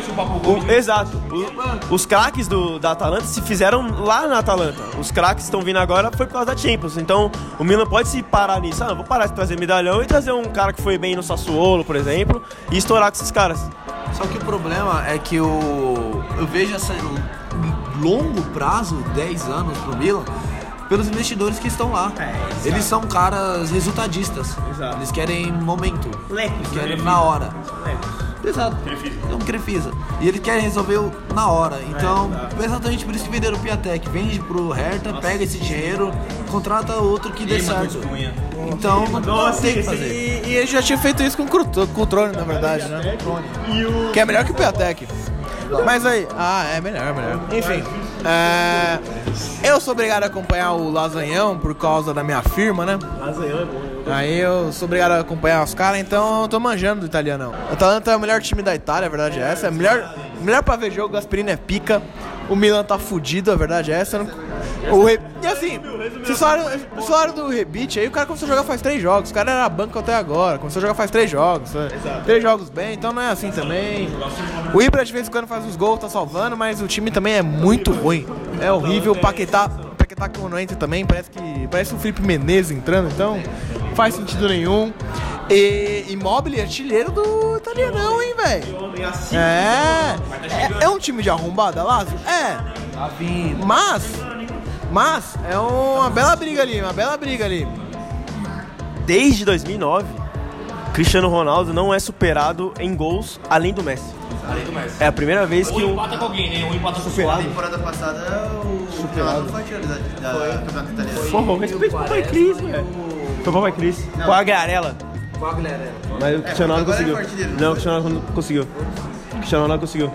O, exato. O, os craques do, da Atalanta se fizeram lá na Atalanta. Os craques estão vindo agora foi por causa da Champions. Então o Milan pode se parar nisso. Ah, vou parar de trazer medalhão e trazer um cara que foi bem no Sassuolo, por exemplo, e estourar com esses caras. Só que o problema é que o, eu vejo essa longo prazo, dez anos pro Milan, pelos investidores que estão lá. É, eles são caras resultadistas. Exato. Eles querem momento. Lecos, eles querem né? na hora. Lecos. Exato. É um Crefisa. E eles querem resolver o, na hora. Então, é exatamente por isso que venderam o Piatek. Vende pro Hertha, Nossa, pega esse dinheiro, contrata outro que dê certo. Então, não, não tem que fazer. E, e ele já tinha feito isso com o, com o Trone, na verdade, né? Que é melhor que o Piatek. Mas aí, ah, é melhor, melhor. Enfim. É, eu sou obrigado a acompanhar o Lasanhão por causa da minha firma, né? Lasanhão é bom. Eu Aí eu sou obrigado a acompanhar os caras, então eu tô manjando do italianão. O Atalanta é o melhor time da Itália, a verdade é essa. É melhor, melhor pra ver jogo, o Gasperini é pica. O Milan tá fudido, a verdade é essa. O Re... E assim, vocês falaram, vocês falaram do Rebic, aí o cara começou a jogar faz três jogos. O cara era banco até agora, começou a jogar faz três jogos. Né? Três jogos bem, então não é assim também. O Ibra de vez em quando faz uns gols, tá salvando, mas o time também é muito ruim. É horrível, o Paquetá, o Paquetá que não entra também, parece que parece o Felipe Menezes entrando, então não faz sentido nenhum. E Immobile é artilheiro do italianão, hein, velho? É, é, é um time de arrombada, Lázaro? É. Mas, mas, é uma bela briga ali, uma bela briga ali. Desde dois mil e nove, Cristiano Ronaldo não é superado em gols além do Messi. Além do Messi. É a primeira vez que Ou um... empata com alguém, né? Ou empata com o Na temporada passada, o Ronaldo foi artilheiro da, da campeonato italiano. Pô, respeito o Papai Cris, velho. Foi o Papai Cris. Com a Garela. Com a galera. Mas o Cristiano Ronaldo conseguiu. Não, o Cristiano Ronaldo não conseguiu. O Cristiano Ronaldo conseguiu.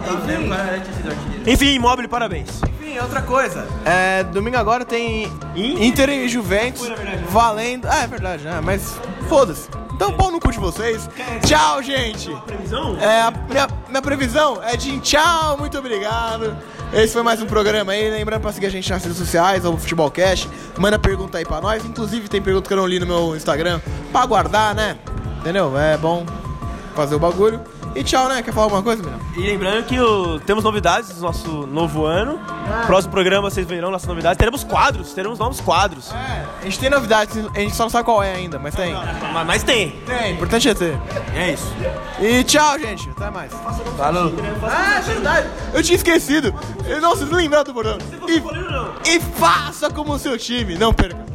Enfim, Immobile, parabéns. Enfim, outra coisa. É, domingo agora tem Inter e Juventus valendo. Ah, é verdade, né? Mas foda-se. Então pau no cu de vocês. Tchau, gente. Previsão? É, a minha, minha previsão é de tchau, muito obrigado. Esse foi mais um programa aí. Lembrando pra seguir a gente nas redes sociais, o Futebolcast. Manda pergunta aí pra nós. Inclusive tem pergunta que eu não li no meu Instagram pra guardar, né? Entendeu? É bom fazer o bagulho. E tchau, né? Quer falar alguma coisa, menino? E lembrando que o, temos novidades no nosso novo ano. Próximo programa vocês verão nossas novidades. Teremos quadros, teremos novos quadros. É, a gente tem novidades, a gente só não sabe qual é ainda, mas tem. Mas, mas tem. Tem, importante é ter. É isso. E tchau, gente. Até mais. Falou. Ah, é verdade. Eu tinha esquecido. Não, vocês não lembraram do bordão. E, e faça como o seu time. Não perca.